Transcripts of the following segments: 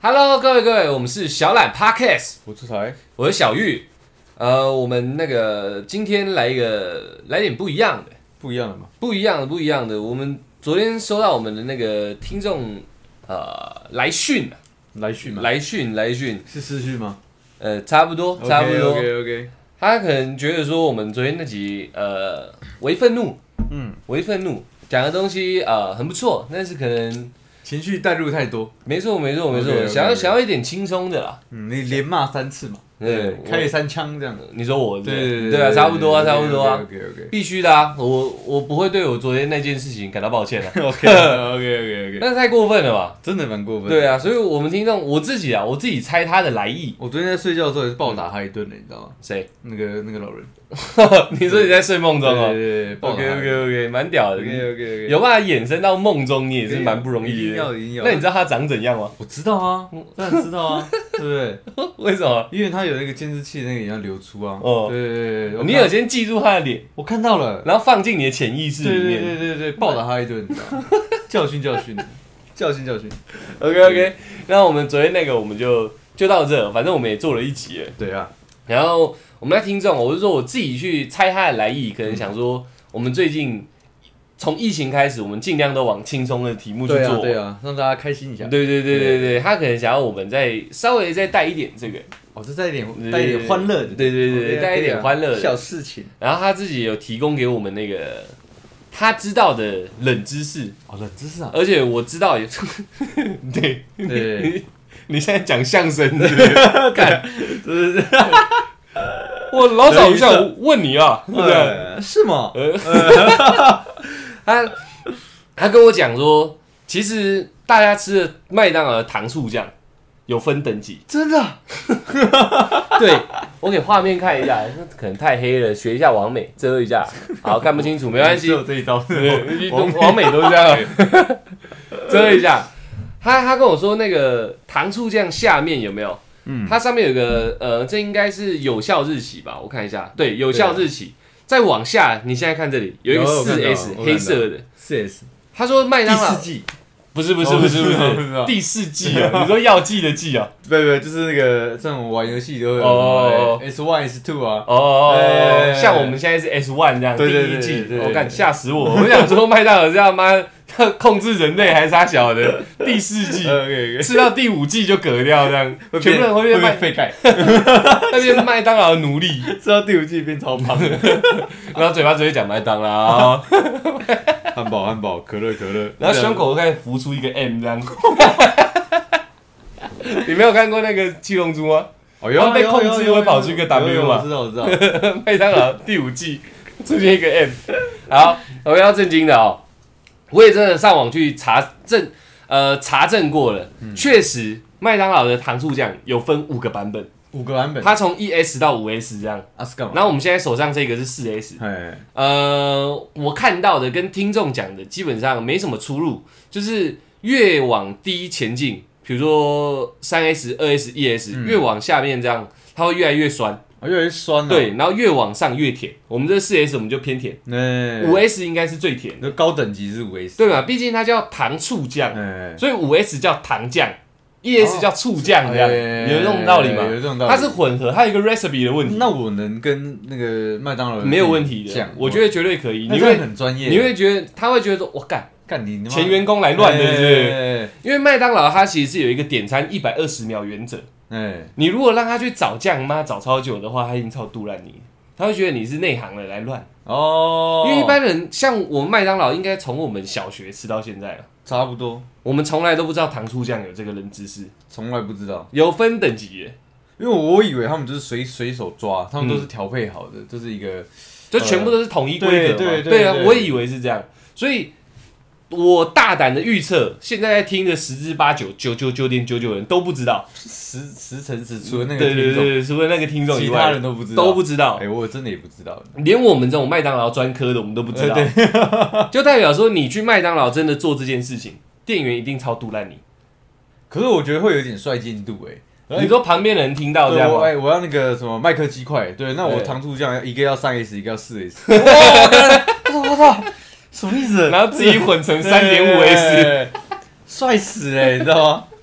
Hello， 各位，我们是小懒 Podcast， 我出台， 我是小玉。我们今天来点不一样的， 不一样的嘛， 不一样的。我们昨天收到我们的那个听众来讯嘛， 来讯是私讯吗？ 差不多。 OK， 他可能觉得说我们昨天那集为愤怒，讲的东西很不错，但是可能情绪带入太多。没错， 想要一点轻松的啦。 你连骂3次嘛，对，开了3枪这样。 你说我对啊，差不多啊， OK， 必须的啊，我不会对我昨天那件事情感到抱歉啊。 OK， 但是太过分了吧？ 真的蛮过分。 对啊，所以我们听众我自己猜他的来意。 我昨天在睡觉的时候也是暴打他一顿的，你知道吗？ 谁？ 那个老人。 你说你在睡梦中哦？ 对，暴打。 OK， 蛮屌的。 OK， 有办法衍生到梦中，你也是蛮不容易的。 一定要。 那你知道他长怎样吗？ 我知道啊，当然知道啊，对不对？ 为什么？ 因为他有那个监视器，那个也要流出啊。 哦， 对， 你有先记住他的脸， 我看到了， 然后放进你的潜意识里面。 对，暴打他一顿，你知道吗？教训。 OK， 那我们昨天我们就到这，反正我们也做了一集了。 对啊， 然后我们的听众，我是说我自己去猜他的来意，可能想说我们最近从疫情开始，我们尽量都往轻松的题目去做， 对啊，让大家开心一下。 对，他可能想要我们稍微再带一点这个， 就带一点欢乐的， 对，带一点欢乐的小事情。 然后他自己有提供给我们那个他知道的冷知识， 冷知识啊！ 而且我知道也，对，你现在讲相声是不是？干，我老早就想问你啊，对不对？ 是吗？ 他跟我讲说，其实大家吃的麦当劳的糖醋酱有分等级， 真的？ 对，我给画面看一下，可能太黑了，学一下王美，遮一下，好看不清楚没关系。 只有这一招， 王美都是这样，遮一下。他跟我说那个糖醋酱下面有没有？它上面有个这应该是有效日期吧？我看一下，对，有效日期。再往下，你现在看这里有一个4S 黑色的 4S。 他说麦当劳第4季。 不是第4季啊！你说药剂的剂啊？ 不，就是那个像我玩游戏都有S1、S2 啊。 像我们现在是 S1 这样，第1季，我干吓死我！我想说麦当劳这样妈控制人类还是啥小的，第4季吃到第5季就嗝掉这样，全部人会变废钙， 那变麦当劳的奴隶， 吃到第5季变超胖， 然后嘴巴只会讲麦当劳。 汉堡，可乐， 然后胸口开始浮出一个 M 这样。你没有看过那个七龙珠吗？ 有被控制会跑出一个 W 嘛？ 我知道。 麦当劳第5季出现一个 M。好，我们要正经的哦。我也真的上网去查证过了，确实麦当劳的糖醋酱有分5个版本。 5个版本， 它从 1S 到5S 这样。 是干嘛？ 然后我们现在手上这个是4S。我看到的跟听众讲的基本上没什么出入，就是越往低前进，比如说3S、2S、1S，越往下面这样，它会越来越酸。 越来越酸。 对，然后越往上越甜。我们这4S 我们就偏甜，5S 应该是最甜的。 高等级是5S， 对嘛？毕竟它叫糖醋酱，所以5S 叫糖酱。1S 叫醋酱，这样有这种道理吗？ 有这种道理。 它是混合，它有一个 recipe 的问题。 那我能跟那个麦当劳没有问题的，我觉得绝对可以。 你会很专业， 你会觉得他会觉得说，我干你前员工来乱的，是不是？因为麦当劳它其实是有一个点餐120秒原则。你如果让他去找酱，妈找超久的话，他已经超杜烂你，他会觉得你是内行的来乱。因为一般人像我们麦当劳，应该从我们小学吃到现在了。 差不多， 我们从来都不知道糖醋酱有这个冷知识， 从来不知道， 有分等级耶。 因为我以为他们就是随手抓，他们都是调配好的，就是一个， 就全部都是统一规格嘛。对啊，我也以为是这样，所以我大胆的预测，现在在听的10之8九99.99%人都不知道 ，10乘10，除了那个听众， 对，除了那个听众以外， 其他人都不知道。我真的也不知道， 连我们这种麦当劳专科的我们都不知道，就代表说你去麦当劳真的做这件事情，店员一定超毒烂你。 可是我觉得会有点率进度你说旁边的人听到这样吗？ 我要那个什么麦克鸡块，对，那我糖醋酱一个要3S，一个要4S。我操！什么意思？ 然后自己混成3.5S， 帅死了，你知道吗？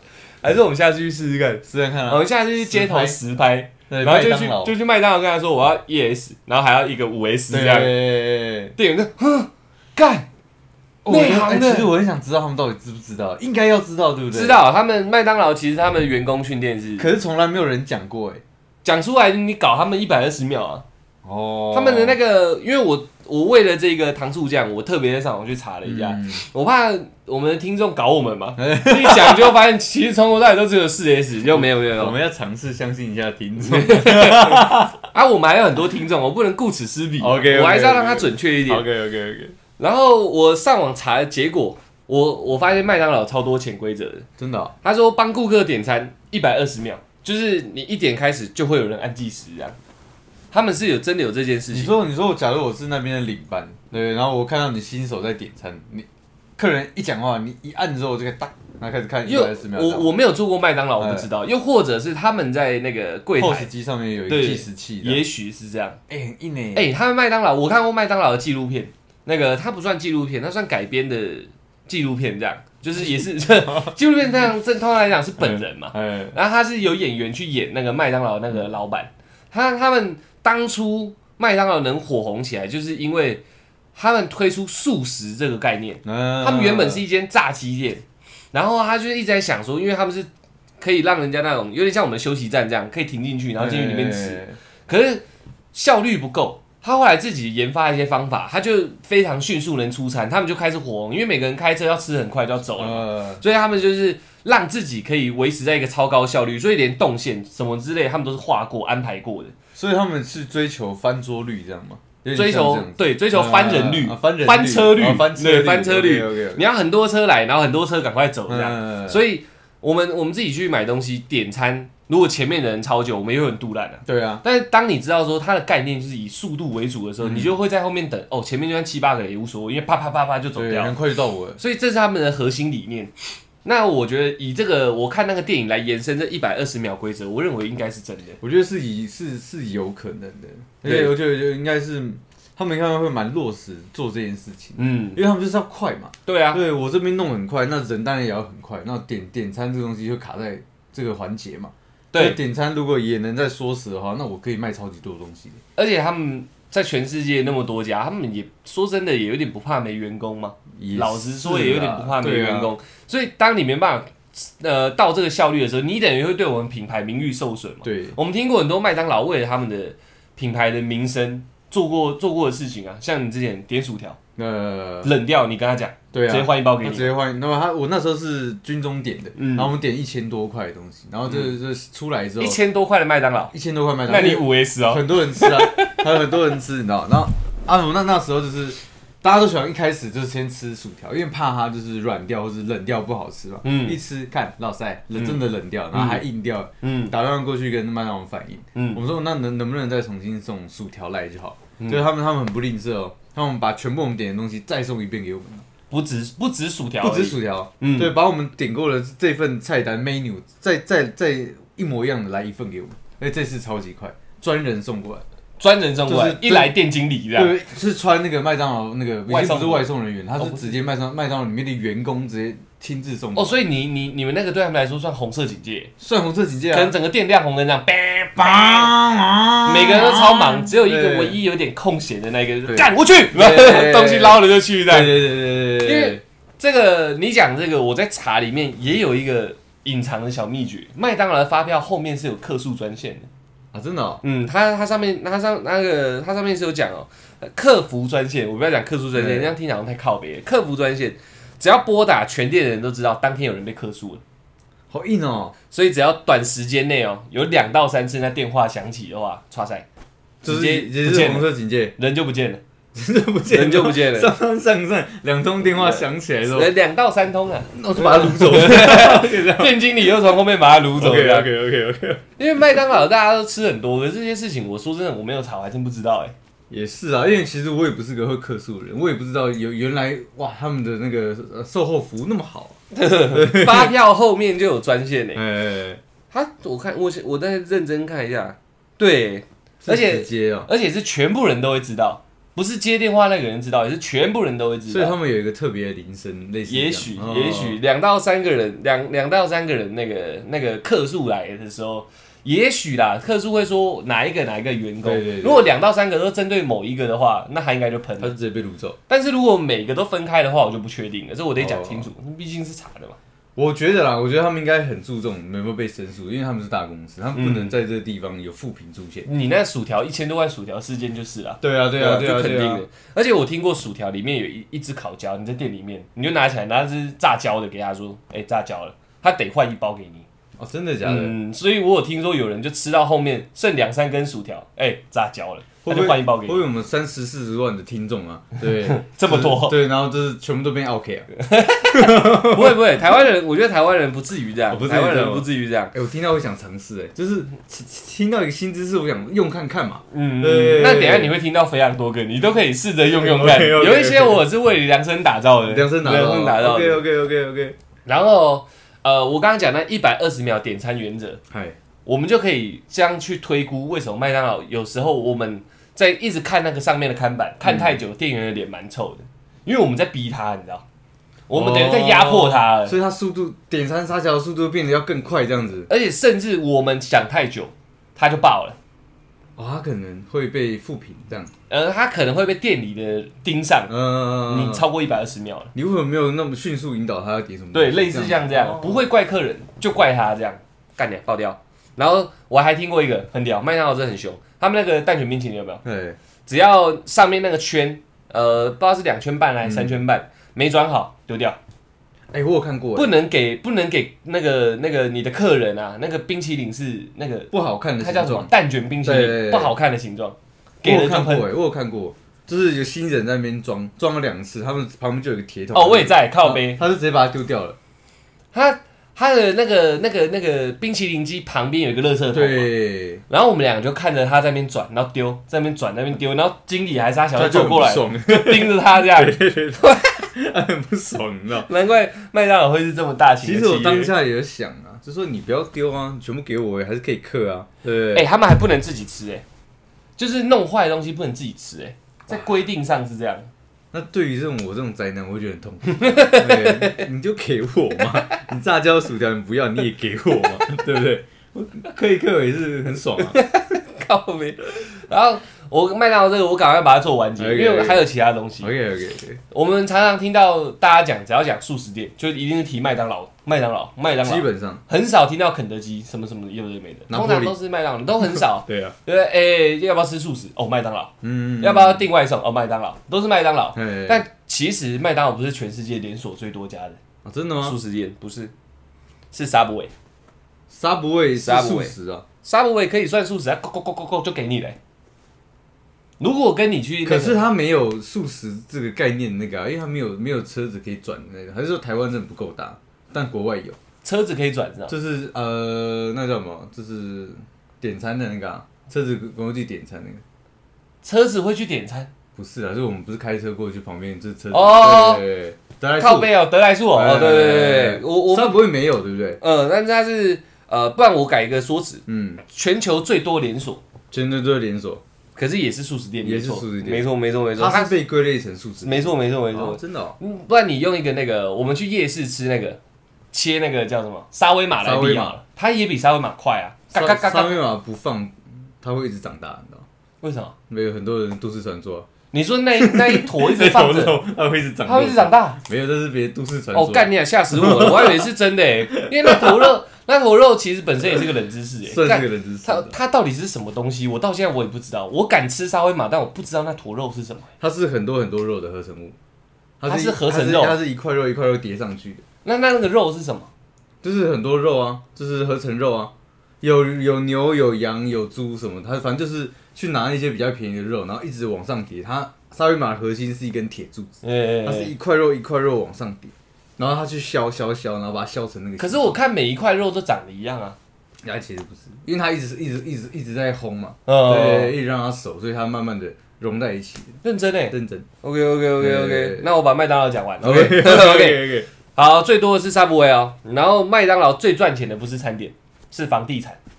还是我们下次去试试看？ 试试看啊！ 我们下次去街头实拍， 然然后就去麦当劳跟他说我要 ES， 然后还要一个5S 这样。店员就干。内行的， 其实我很想知道他们到底知不知道，应该要知道，对不对？ 知道，他们麦当劳其实他们员工训练是， 可是从来没有人讲过哎， 讲出来你搞他们120秒啊。 哦， 他们的那个，因为我为了这个糖醋酱，我特别在上网去查了一下，我怕我们的听众搞我们嘛，一讲就发现其实从头到尾都只有4S， 就没有。 我们要尝试相信一下听众啊，我们还有很多听众，我不能顾此失彼， OK， 我还是要让它准确一点。 OK。 然后我上网查的结果，我发现麦当劳超多潜规则的， 真的、 他说帮顾客点餐120秒，就是你一点开始就会有人按计时这样。他们是真的有这件事情。 你说，假如我是那边的领班，对，然后我看到你新手在点餐，你客人一讲话，你一按之后，我就可以然后开始看120秒。 我没有做过麦当劳，我不知道。又或者是他们在那个柜台 POS 机上面有一个计时器， 也许是这样。 很硬欸。 他们麦当劳，我看过麦当劳的纪录片，那个它不算纪录片，它算改编的纪录片，这样就是也是纪录片这样，正通常来讲是本人嘛。然后他是有演员去演那个麦当劳那个老板，他们。当初麦当劳能火红起来，就是因为他们推出素食这个概念。他们原本是一间炸鸡店，然后他就一直在想说，因为他们是可以让人家那种有点像我们休息站这样，可以停进去，然后进去里面吃。可是效率不够，他后来自己研发一些方法，他就非常迅速能出餐，他们就开始火红，因为每个人开车要吃很快就要走了，所以他们就是让自己可以维持在一个超高效率，所以连动线什么之类，他们都是画过、安排过的。 所以他们是追求翻桌率这样吗？ 追求翻人率、 翻车率、 对翻车率。 Okay. 你要很多车来，然后很多车赶快走这样。所以我们自己去买东西点餐，如果前面的人超久，我们也会很杜烂的。 对啊。 但是当你知道说它的概念就是以速度为主的时候，你就会在后面等。前面就算7、8个也无所谓，因为啪就走掉， 很快就到我了。 所以这是他们的核心理念。那我觉得以这个我看那个电影来延伸这120秒规则，我认为应该是真的。 我觉得是有可能的，而且我觉得应该是他们应该会蛮落实做这件事情。因为他们就是要快嘛。 对啊， 对我这边弄很快，那人当然也要很快。那点餐这个东西就卡在这个环节嘛。对，点餐如果也能再缩时的话，那我可以卖超级多的东西。 而且他们在全世界那么多家，他们也说真的也有点不怕没员工嘛。老实说也有点不怕没员工，所以当你没办法到这个效率的时候，你等于会对我们品牌名誉受损嘛。 对， 我们听过很多麦当劳为了他们的品牌的名声做过的事情啊，像你之前点薯条，冷掉，你跟他讲， 对啊， 直接换一包给你， 直接换。那么我那时候是军中点的，然后我们点1000多块的东西，然后这出来之后 ，1000多块的麦当劳 ，1000多块麦当劳， 那你5S 哦， 很多人吃啊，还有很多人吃，你知道？然后我那时候就是大家都喜欢一开始就是先吃薯条，因为怕它就是软掉或者冷掉不好吃嘛。一吃看老塞真的冷掉，然后还硬掉，打电话过去跟麦当劳反映，我们说那能不能再重新送薯条来就好？就是他们很不吝啬哦，他们把全部我们点的东西再送一遍给我们。 不止薯条， 对，把我们点过的这份菜单 menu 再一模一样的来一份给我们，而且这次超级快，专人送过来。 就是一来店经理这样， 对，是穿那个麦当劳那个，已经不是外送人员，他是直接麦当劳里面的员工直接亲自送。 所以你们那个对他们来说算红色警戒， 算红色警戒啊， 可能整个店亮红灯这样，每个人都超忙，只有一个唯一有点空闲的那个，干过去，东西捞了就去这样。 对， 因为这个你讲这个，我在查里面也有一个隐藏的小秘诀，麦当劳的发票后面是有客诉专线的。 啊，真的哦。 它上面是有讲客服专线，我不要讲客诉专线，这样听起来好像太靠北了。客服专线只要拨打，全店的人都知道当天有人被客诉了， 好硬哦。所以只要短时间内有2到3次那电话响起的话，唰塞，直接不见了，红色警戒， 人就不见了。 人就不见了，上2通电话响起来之后 ，2到3通啊， 那我就把他掳走。 店经理又从后面把他掳走。 OK。 因为麦当劳大家都吃很多，可是这些事情我说真的我没有查，我还真不知道也是啊，因为其实我也不是个会客诉的人，我也不知道原来哇他们的那个售后服务那么好， 发票后面就有专线我看我再认真看一下，对。而且是全部人都会知道， 不是接电话那个人知道，也是全部人都会知道。 所以他们有一个特别的铃声，类似这样。 也许2到3个人，两到3个人那个客数来的时候，也许啦，客数会说哪一个员工。 对。 如果2到3个都针对某一个的话，那他应该就喷了， 他就直接被掳走。 但是如果每个都分开的话，我就不确定了，这我得讲清楚，毕竟是查的嘛。 我觉得他们应该很注重有没有被申诉，因为他们是大公司，他们不能在这个地方有负评出现。 你那薯条1000多万薯条事件就是啦。 对啊， 就肯定的。而且我听过薯条里面有一只烤焦，你在店里面你就拿起来，拿只炸焦的给他说，炸焦了，他得换1包给你。 哦，真的假的？ 所以我有听说有人就吃到后面剩2-3根薯条，炸焦了。他就换1包给你。 会不会我们30-40万的听众啊？对， 这么多， 对，然后就是全部都变 OK 啊？ 不会，台湾人，我觉得台湾人不至于这样，台湾人不至于这样。 我听到我想尝试，就是听到一个新知识，我想用看看嘛。 那等一下你会听到非常多个，你都可以试着用看。有一些我是为量身打造的， 量身打造。OK。 然后我刚刚讲那120秒点餐原则，我们就可以这样去推估为什么麦当劳有时候我们在一直看那个上面的看板，看太久，店员的脸蛮臭的，因为我们在逼他，你知道，我们等于在压迫他了， 所以他速度点餐撒娇的速度变得要更快这样子， 而且甚至我们想太久，他就爆了。 他可能会被负评这样， 他可能会被店里的盯上，你超过120秒了， 你为什么没有那么迅速引导他要点什么？ 对，类似像这样，不会怪客人，就怪他这样，干掉爆掉。然后我还听过一个很屌，麦当劳真的很凶，他们那个蛋卷冰淇淋有没有？ 对， 只要上面那个圈，不知道是2圈半还是3圈半，没转好丢掉。 我有看过， 不能给那个你的客人啊，那个冰淇淋是那个不好看的形状， 它叫什么？蛋卷冰淇淋，不好看的形状。 我有看过，就是有新人在那边装了2次，他们旁边就有一个铁桶。 我也在靠背， 他就直接把它丢掉了。 他的那个冰淇淋机旁边有一个垃圾桶， 对。 然后我们两个就看着他在那边转，然后丢，在那边转，那边丢，然后经理还是他小孩走过来，就盯着他这样， 对，很不爽，你知道？ 难怪麦当劳会是这么大型的企业。 其实我当下也有想啊，就说你不要丢啊，你全部给我，还是可以克啊，对不对？ 他们还不能自己吃，就是弄坏的东西不能自己吃，在规定上是这样。 那对于我这种宅男，我会觉得很痛苦。对，你就给我嘛，你炸椒薯条你不要，你也给我嘛，对不对？克一克也是很爽啊。 靠北。然后麦当劳这个我赶快把它做完结，因为还有其他东西。 OK。 我们常常听到大家讲，只要讲素食店，就一定是提麦当劳。 基本上很少听到肯德基什么什么有的没的，通常都是麦当劳，都很少。 对啊， 要不要吃素食？麦当劳。要不要订外送？麦当劳，都是麦当劳。但其实麦当劳不是全世界连锁最多家的。 真的吗？ 素食店不是，是 Subway。 Subway 是素食啊。 Subway 可以算素食啊，go 就给你了。如果跟你去， 可是他没有素食这个概念因为他没有车子可以转的那个，还是说台湾真的不够大？但国外有车子可以转，知道？ 就是那叫什么？就是点餐的那个车子公司去点餐那个。 车子会去点餐？ 不是啊，是我们不是开车过去旁边就是车子。 对，靠背德莱素对，我它不会没有，对不对？ 但是它是不然我改一个说辞，全球最多连锁， 全球最多连锁。 可是也是素食店， 也是素食店， 没错， 它是被归类成素食店， 没错， 真的。 不然你用一个我们去夜市吃切那个叫什么沙威玛来比好了，它也比沙威玛快啊。 沙威玛不放，它会一直长大，你知道为什么？ 没有很多人都市传说。 你说那一坨一直放着， 它会一直长大？没有，这是别的都市传说。 干你啊！吓死我了，我还以为是真的因为那坨肉其实本身也是个冷知识算是个冷知识。 它到底是什么东西？我到现在我也不知道。我敢吃沙威玛，但我不知道那坨肉是什么。 它是很多肉的合成物。 它是合成肉， 它是一块肉一块肉叠上去的。 那个肉是什么？ 就是很多肉啊，就是合成肉啊，有牛有羊有猪什么，它反正就是去拿一些比较便宜的肉，然后一直往上叠。它沙威玛的核心是一根铁柱子，它是一块肉一块肉往上叠，然后它去削，然后把它削成那个。 可是我看每一块肉都长得一样啊。 其实不是，因为它一直在烘嘛，对，一直让它熟，所以它慢慢的融在一起。 认真。OK， 那我把麦当劳讲完。OK。好，最多的是 Subway 然后麦当劳最赚钱的不是餐点，是房地产。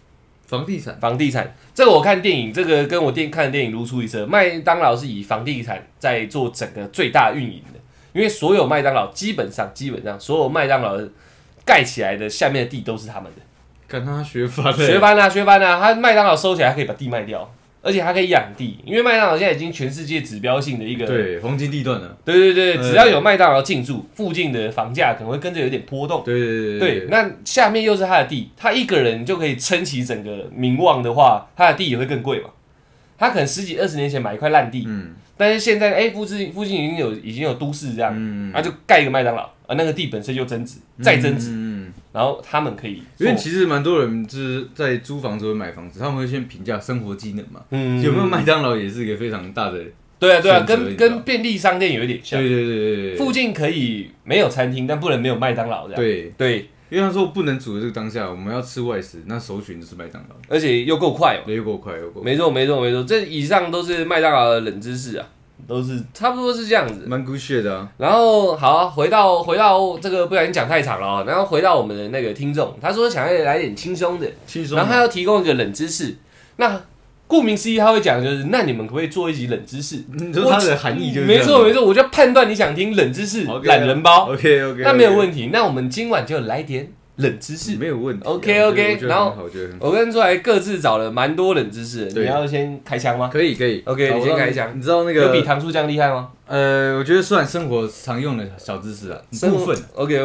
房地产，这个我看电影，这个跟我看的电影如出一辙。麦当劳是以房地产在做整个最大运营的，因为所有麦当劳基本上所有麦当劳盖起来的下面的地都是他们的。 跟他学翻啊！他麦当劳收起来，还可以把地卖掉。而且它可以养地，因为麦当劳现在已经全世界指标性的一个黄金地段了。 对，只要有麦当劳进驻，附近的房价可能会跟着有点波动。对，那下面又是他的地，他一个人就可以撑起整个名望的话，他的地也会更贵嘛。他可能10几20年前买一块烂地，但是现在附近已经有都市这样，就盖一个麦当劳，那个地本身就增值，再增值。然后他们可以， 因为其实蛮多人就是在租房子或买房子，他们会先评价生活机能嘛。有没有麦当劳也是一个非常大的。 对啊，跟便利商店有一点像。 对。 附近可以没有餐厅，但不能没有麦当劳这样。对。 因为他说不能煮的这个当下，我们要吃外食，那首选就是麦当劳， 而且又够快又够快。 没错，这以上都是麦当劳的冷知识啊。都是差不多是这样子， 蛮good shit 的啊。 然后好，回到这个不小心讲太长了，然后回到我们的那个听众，他说想要来点轻松的，然后他要提供一个冷知识。那顾名思义，他会讲就是，那你们可不可以做一集冷知识？ 你说它的含义就是没错，我就判断你想听冷知识，懒人包。 OK， 那没有问题。那我们今晚就来点冷知识， 没有问题。 OK， 然后我跟出来各自找了蛮多冷知识，你要先开枪吗？ 可以。 OK， 你先开枪。 你知道那个有比糖醋酱厉害吗？ 我觉得算生活常用的小知识啊，部分。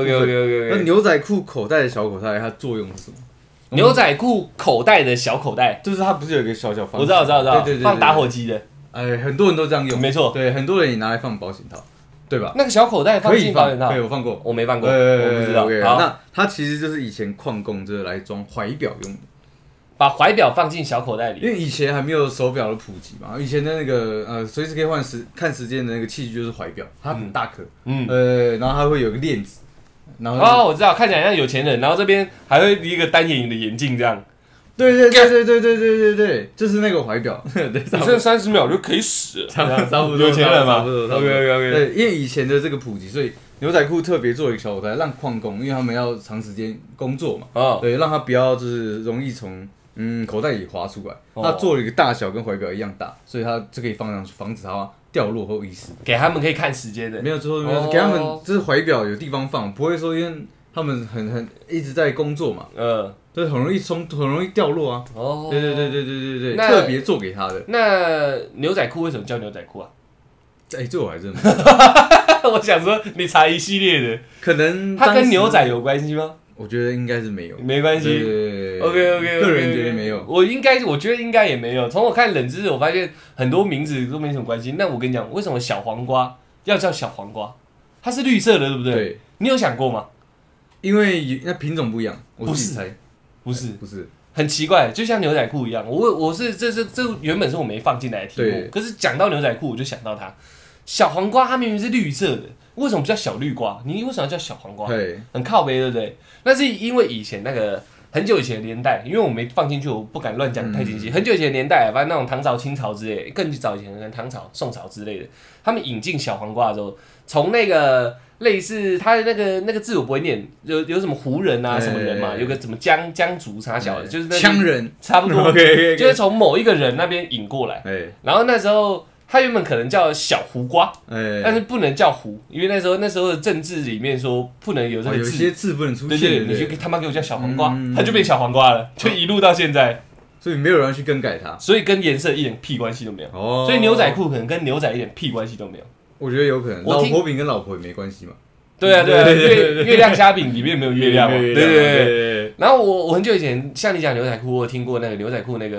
OK。 那牛仔裤口袋的小口袋，它作用是什么？ 牛仔裤口袋的小口袋， 就是它不是有一个小方？ 我知道， 对， 放打火机的。 很多人都这样用， 没错。 对，很多人也拿来放保险套。对吧？ 那个小口袋放进保险套， 对，我放过， 我没放过，我不知道。 那它其实就是以前矿工就是来装怀表用的， 把怀表放进小口袋里。 因为以前还没有手表的普及嘛，以前的那个随时可以看时间的那个器具就是怀表，它很大颗，然后它会有个链子，然后我知道，看起来像有钱人，然后这边还会一个单眼的眼镜这样。 对，就是那个怀表， 你剩30秒就可以死了， 差不多， 有钱人嘛。 OK。对，因为以前的这个普及，所以牛仔裤特别做一个小口袋，让矿工，因为他们要长时间工作嘛，对，让他不要就是容易从口袋里滑出来。他做了一个大小跟怀表一样大，所以他就可以放上去，防止它掉落或遗失。 给他们可以看时间的， 没有错，给他们就是怀表有地方放，不会说因为他们很一直在工作嘛，对，很容易掉落啊。对，特别做给他的。 那牛仔裤为什么叫牛仔裤啊？ 这我还真我想说，你查一系列的， 可能它跟牛仔有关系吗？ 我觉得应该是没有， 没关系。OK， 个人觉得没有。 我觉得应该也没有。从我看冷知识，我发现很多名字都没什么关系。那我跟你讲，为什么小黄瓜要叫小黄瓜？它是绿色的，对不对？ 对。 你有想过吗？ 因为那品种不一样。我自己猜。不是， 很奇怪，就像牛仔裤一样。这原本是我没放进来的题目，可是讲到牛仔裤，我就想到它。小黄瓜它明明是绿色的，为什么叫小绿瓜？你为什么要叫小黄瓜？很靠北，对不对？那是因为以前那个很久以前的年代，因为我没放进去，我不敢乱讲太清晰。很久以前的年代，反正那种唐朝、清朝之类，更早以前的唐朝、宋朝之类的，他们引进小黄瓜的时候，从那个类似他的那个字我不会念，有什么胡人啊什么人嘛，有个什么江族啥小的，就是那羌人， 差不多，就是从某一个人那边引过来。然后那时候他原本可能叫小胡瓜，但是不能叫胡，因为那时候的政治里面说不能有这个字， 有些字不能出现， 对，你就他妈给我叫小黄瓜，他就变小黄瓜了，就一路到现在。 所以没有人去更改它， 所以跟颜色一点屁关系都没有。所以牛仔裤可能跟牛仔一点屁关系都没有。 我觉得有可能，老婆饼跟老婆也没关系嘛。 对啊，月亮虾饼里面没有月亮嘛。对。然后我很久以前像你讲牛仔裤，我听过那个牛仔裤那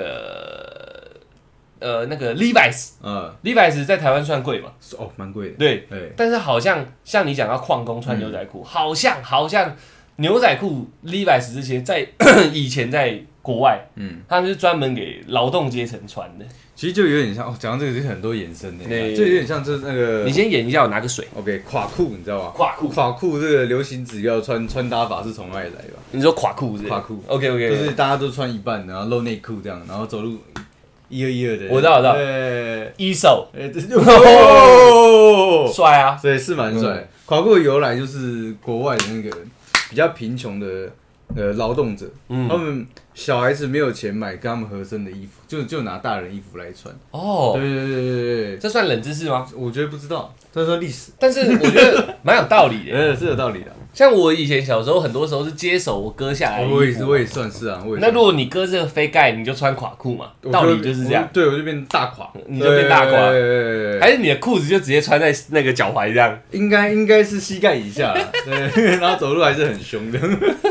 个 Levi's，Levi's 在台湾算贵嘛？ 蛮贵的。 对，但是好像像你讲到矿工穿牛仔裤，好像牛仔裤 Levi's 这些在以前在国外，他们是专门给劳动阶层穿的。 其实就有点像讲到这个，就是很多延伸的，就有点像就是那个。 你先演一下，我拿个水。 OK， 垮裤你知道吗？ 垮裤这个流行指标穿搭法是从哪里来的？ 你说垮裤是？ 垮裤。 OK， 就是大家都穿一半，然后露内裤这样，然后走路1212的。 我知道。一手。帅啊！ 对，是蛮帅。垮裤的由来就是国外的那个比较贫穷的劳动者，他们小孩子没有钱买跟他们合身的衣服，就拿大人衣服来穿。 哦， 对， 这算冷知识吗？ 我觉得不知道，这算历史。 但是我觉得蛮有道理的， 是有道理的。 像我以前小时候，很多时候是接手我割下来的衣服， 我也算是啊。 那如果你割这个飞盖，你就穿垮裤嘛，道理就是这样。 对，我就变大垮， 你就变大垮，还是你的裤子就直接穿在那个脚踝这样？ 应该是膝盖以下啦，对，然后走路还是很凶的，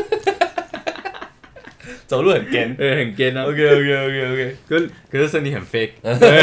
走路很干， 对，很干啊。 OK， 可是身体很 fake。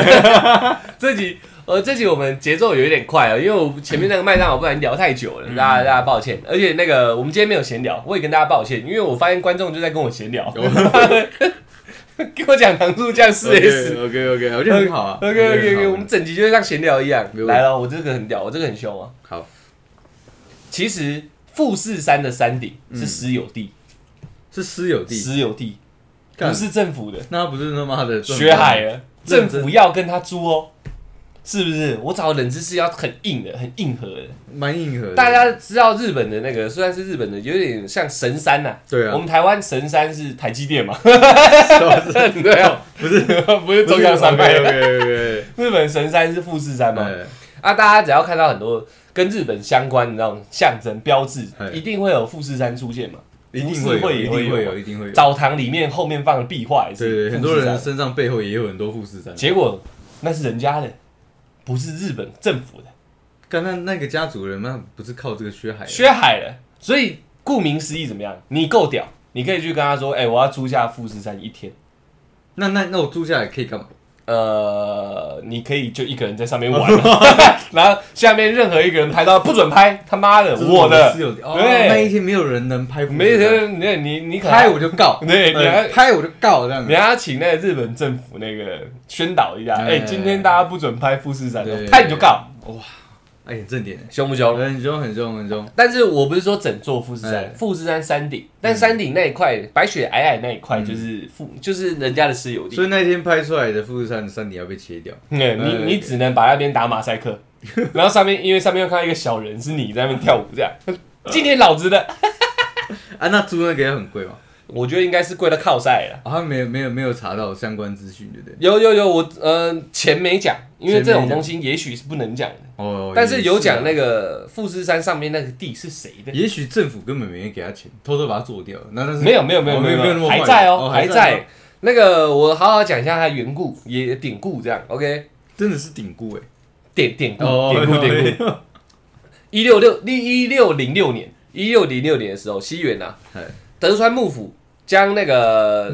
这集我们节奏有一点快因为我前面那个麦当劳不然聊太久了，大家抱歉。而且那个我们今天没有闲聊，我也跟大家抱歉，因为我发现观众就在跟我闲聊，跟我讲糖醋酱4S。 OK， 我觉得很好啊。 OK， 我们整集就像闲聊一样。来了，我这个很屌，我这个很凶啊。 好， 其实富士山的山顶是私有地， 是私有地， 不是政府的。 那不是他妈的学海了，政府要跟他租哦。是不是？我找的冷知识要很硬的，很硬核的， 蛮硬核的。 大家知道日本的那个，虽然是日本的，有点像神山呐。 对啊。 我们台湾神山是台积电嘛？对啊，不是中央山脉。日本神山是富士山嘛？大家只要看到很多跟日本相关的那种象征标志，一定会有富士山出现嘛？ 一定会有。 澡堂里面后面放的壁画也是。 对，很多人身上背后也有很多富士山。 结果那是人家的。不是日本政府的， 刚刚那个家族人那不是靠这个薛海了，所以顾名思义怎么样？你够屌，你可以去跟他说，我要租下富士山1天。 那我租下来可以干嘛？ 你可以就一个人在上面玩，然后下面任何一个人拍到不准拍，他妈的，我的， 对，那一天没有人能拍， 没人，你可拍我就告， 对，你拍我就告这样子， 你要请那个日本政府那个宣导一下，今天大家不准拍富士山，拍你就告，哇。 很正点， 凶不凶？ 很凶。 但是我不是说整座富士山，富士山山顶，但山顶那一块白雪皑那一块就是人家的私有地。 所以那天拍出来的富士山的山顶要被切掉。 你只能把那边打马赛克，然后因为上面又看到一个小人是你在那边跳舞这样，今天老子的。 那租那个也很贵吗？ 我觉得应该是贵到靠晒了。 他没有查到相关资讯，对不对？ 有，我钱没讲，因为这种东西也许是不能讲的。但是有讲那个富士山上面那个地是谁的？ 也许政府根本没给他钱，偷偷把它做掉。 没有，还在哦，还在。那个我好好讲一下它原故，也典故这样。OK， 真的是典故哎， 典故。1606年的时候，西元德川幕府将那个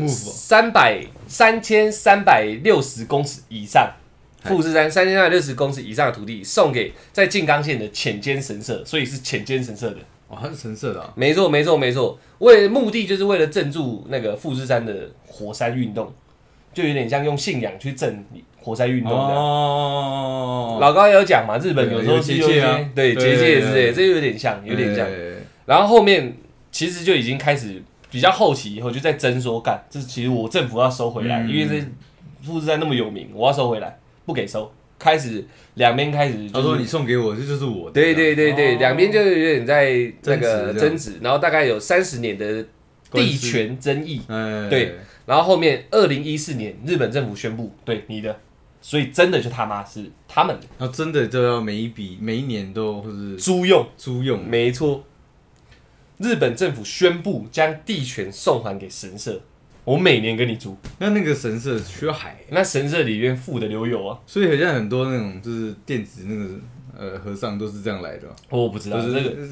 3360公尺以上富士山3360公尺以上的土地送给在静冈县的浅间神社，所以是浅间神社的。 它是神社的。 没错。目的就是为了镇住那个富士山的火山运动，就有点像用信仰去镇火山运动这样。老高也有讲嘛，日本有时候是有一些对结界之类的，这有点像。然后后面其实就已经开始。比较后期以后就在争说，这其实我政府要收回来，因为这富士山那么有名，我要收回来，不给收。开始两边开始， 他说你送给我，这就是我的。 对，两边就有点在那个争执，然后大概有30年的地权争议。对，然后后面2014年日本政府宣布，对你的，所以真的就他妈是他们的， 然后真的都要每一年都或是租用， 没错。日本政府宣布将地权送还给神社，我每年跟你租。 那个神社缺海， 那神社里面富的流油啊， 所以好像很多那种就是电子那个和尚都是这样来的。 我不知道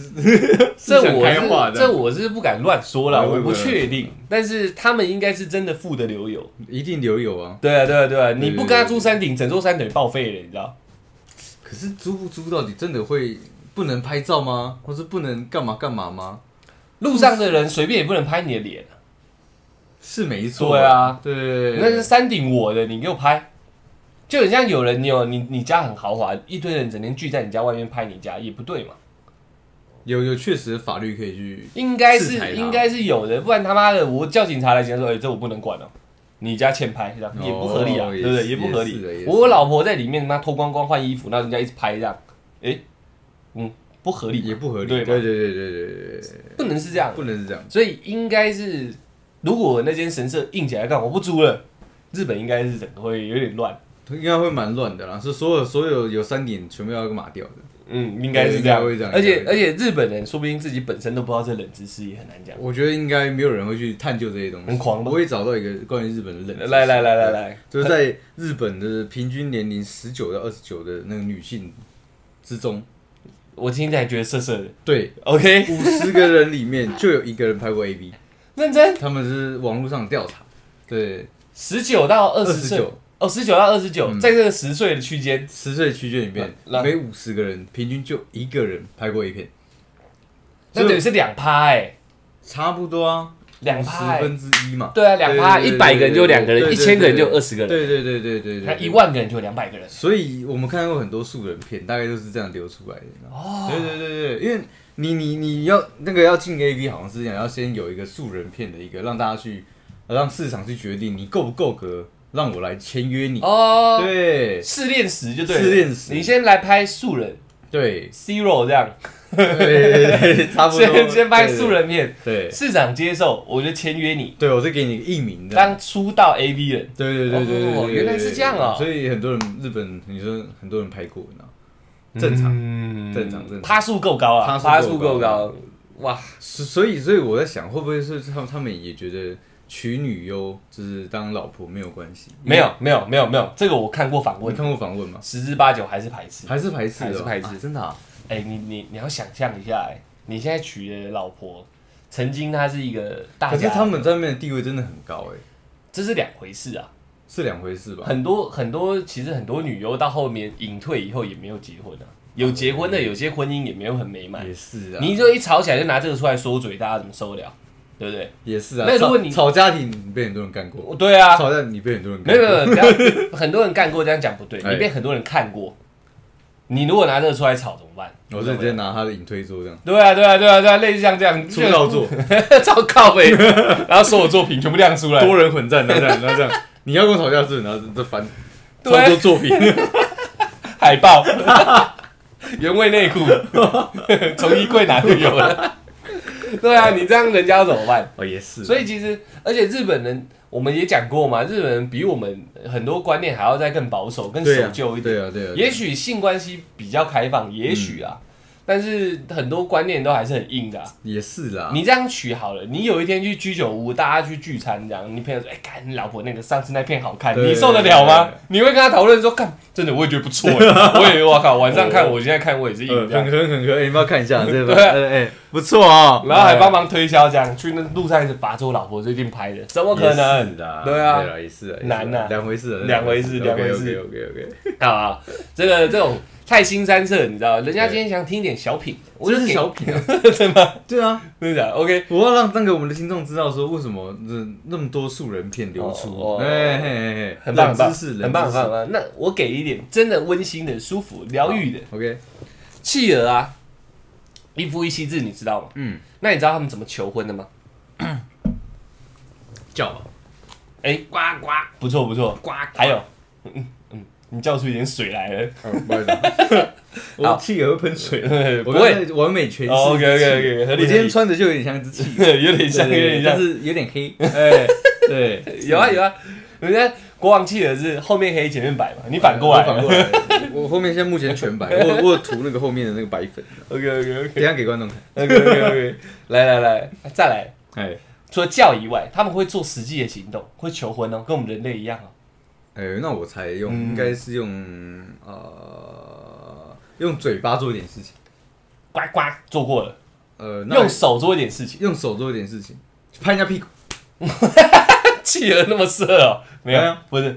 这我是不敢乱说啦，我不确定。但是他们应该是真的富的流油， 一定流油啊。 对啊，你不跟他租山顶，整座山等于报废了，你知道？ 可是租不租到底真的会不能拍照吗？或是不能干嘛吗？ 路上的人随便也不能拍你的脸啊， 是没错。 对啊， 对， 那是山顶我的，你给我拍，就很像有人你家很豪华，一堆人整天聚在你家外面拍你家，也不对嘛。 有确实法律可以去， 应该是有的，不然他妈的我叫警察来讲说，这我不能管哦，你家欠拍这样也不合理啊，对不对？也不合理。我老婆在里面他妈脱光光换衣服，然后人家一直拍这样， 不合理， 也不合理。 对对， 不能是这样， 不能是这样。 所以应该是，如果那间神社硬起来干，我不租了，日本应该是整个会有点乱， 应该会蛮乱的啦，是所有有3点全部要码掉的。 应该是这样。 会这样。 而且日本人说不定自己本身都不知道这冷知识，也很难讲。 我觉得应该没有人会去探究这些东西。 很狂吧？ 我会找到一个关于日本的冷知识。 来， 就是在日本的平均年龄19到29的那个女性之中， 我听起来觉得涩涩的。 对 ，OK， 50个人里面就有1个人拍过 AV。 认真？ 他们是网络上调查，对 ，19到20岁。19到29，在这个10岁的区间 ，10岁区间里面，每50个人平均就1个人拍过 A 片， 那等于是2%哎， 差不多啊，1/10嘛。 对啊，2%，100个人就2个人，1000个人就20个人。 对， 那1万个人就200个人。 所以我们看过很多素人片，大概都是这样流出来的。哦，对，因为你要那个要进 AV， 好像是讲要先有一个素人片的一个，让大家去让市场去决定你够不够格。让我来签约你哦，对， 试炼时就对了， 试炼时， 你先来拍素人， 对 ，zero 这样， 对，差不多， 先拍素人片， 对， 市场接受，我就签约你， 对，我再给你个艺名的， 当出道 AV 人， 对， 原来是这样啊， 所以很多人日本女生很多人拍过，正常， 趴数够高啊，趴数够高，哇， 所以我在想，会不会是他们也觉得。娶女优就是当老婆没有关系， 没有，这个我看过访问， 你看过访问吗 ？10之8九还是排斥， 还是排斥， 真的啊！你要想象一下，你现在娶的老婆，曾经她是一个大家， 可是他们在那边的地位真的很高这是2回事啊， 是2回事吧？ 很多，其实很多女优到后面隐退以后也没有结婚啊，有结婚的，有些婚姻也没有很美满， 也是啊， 你就一吵起来就拿这个出来说嘴，大家怎么受得了？对不对？ 也是啊。 那如果你吵家庭，你被很多人干过。 对啊， 吵架你被很多人干过。 没有，很多人干过，这样讲不对。你被很多人看过，你如果拿这个出来吵怎么办？ 我就直接拿他的隐退做这样。 对啊，类似像这样出道作， 超靠北，然后所有作品全部亮出来， 多人混战，然后这样，你要跟我吵架是，然后就翻超多作品， 海报、原味内裤，从衣柜拿就有了。对啊，你这样人家要怎么办？ 也是。 所以其实，而且日本人我们也讲过嘛，日本人比我们很多观念还要再更保守、更守旧一点。 对啊。 也许性关系比较开放，也许啊。但是很多观念都还是很硬的、啊。 也是啦。 你这样取好了，你有一天去居酒屋，大家去聚餐这样，你朋友说：“看你老婆那个上次那片好看，你受得了吗？”你会跟他讨论说：“看，真的我也觉得不错，我也我靠，晚上看我现在看我也是硬的。” 很可，你要不要看一下？对，不错啊。 然后还帮忙推销这样，去那路上是拔州老婆最近拍的，怎么可能？对啊， 也是难呐 ，2回事。 OK。啊，这种。太新三色，你知道？人家今天想听一点小品，我就是小品啊， 真的吗？ 对啊， 真的假的 ？OK， 我要让那个我们的听众知道说，为什么那么多素人片流出， 很棒， 很棒。 那我给一点真的温馨的、舒服、疗愈的。 OK， 企鹅啊，一夫一妻制，你知道吗？那你知道他们怎么求婚的吗？ 叫吧， 呱呱，不错，呱，还有，你叫出一点水来了。 不好意思，我企鹅会喷水， 不会完美诠释。 OK， 我今天穿的就有点像一只企鹅， 有点像， 但是有点黑。对， 有啊，人家国王企鹅是后面黑前面白嘛，你反过来， 我后面现在目前全白，我有涂那个后面的那个白粉。 OK， 等一下给观众看。 OK， 来，再来。除了叫以外，他们会做实际的行动，会求婚哦，跟我们人类一样哦。 那我猜应该是用嘴巴做一点事情， 呱呱做过了。用手做一点事情， 拍人家屁股。 企鹅那么色哦？没有，不是。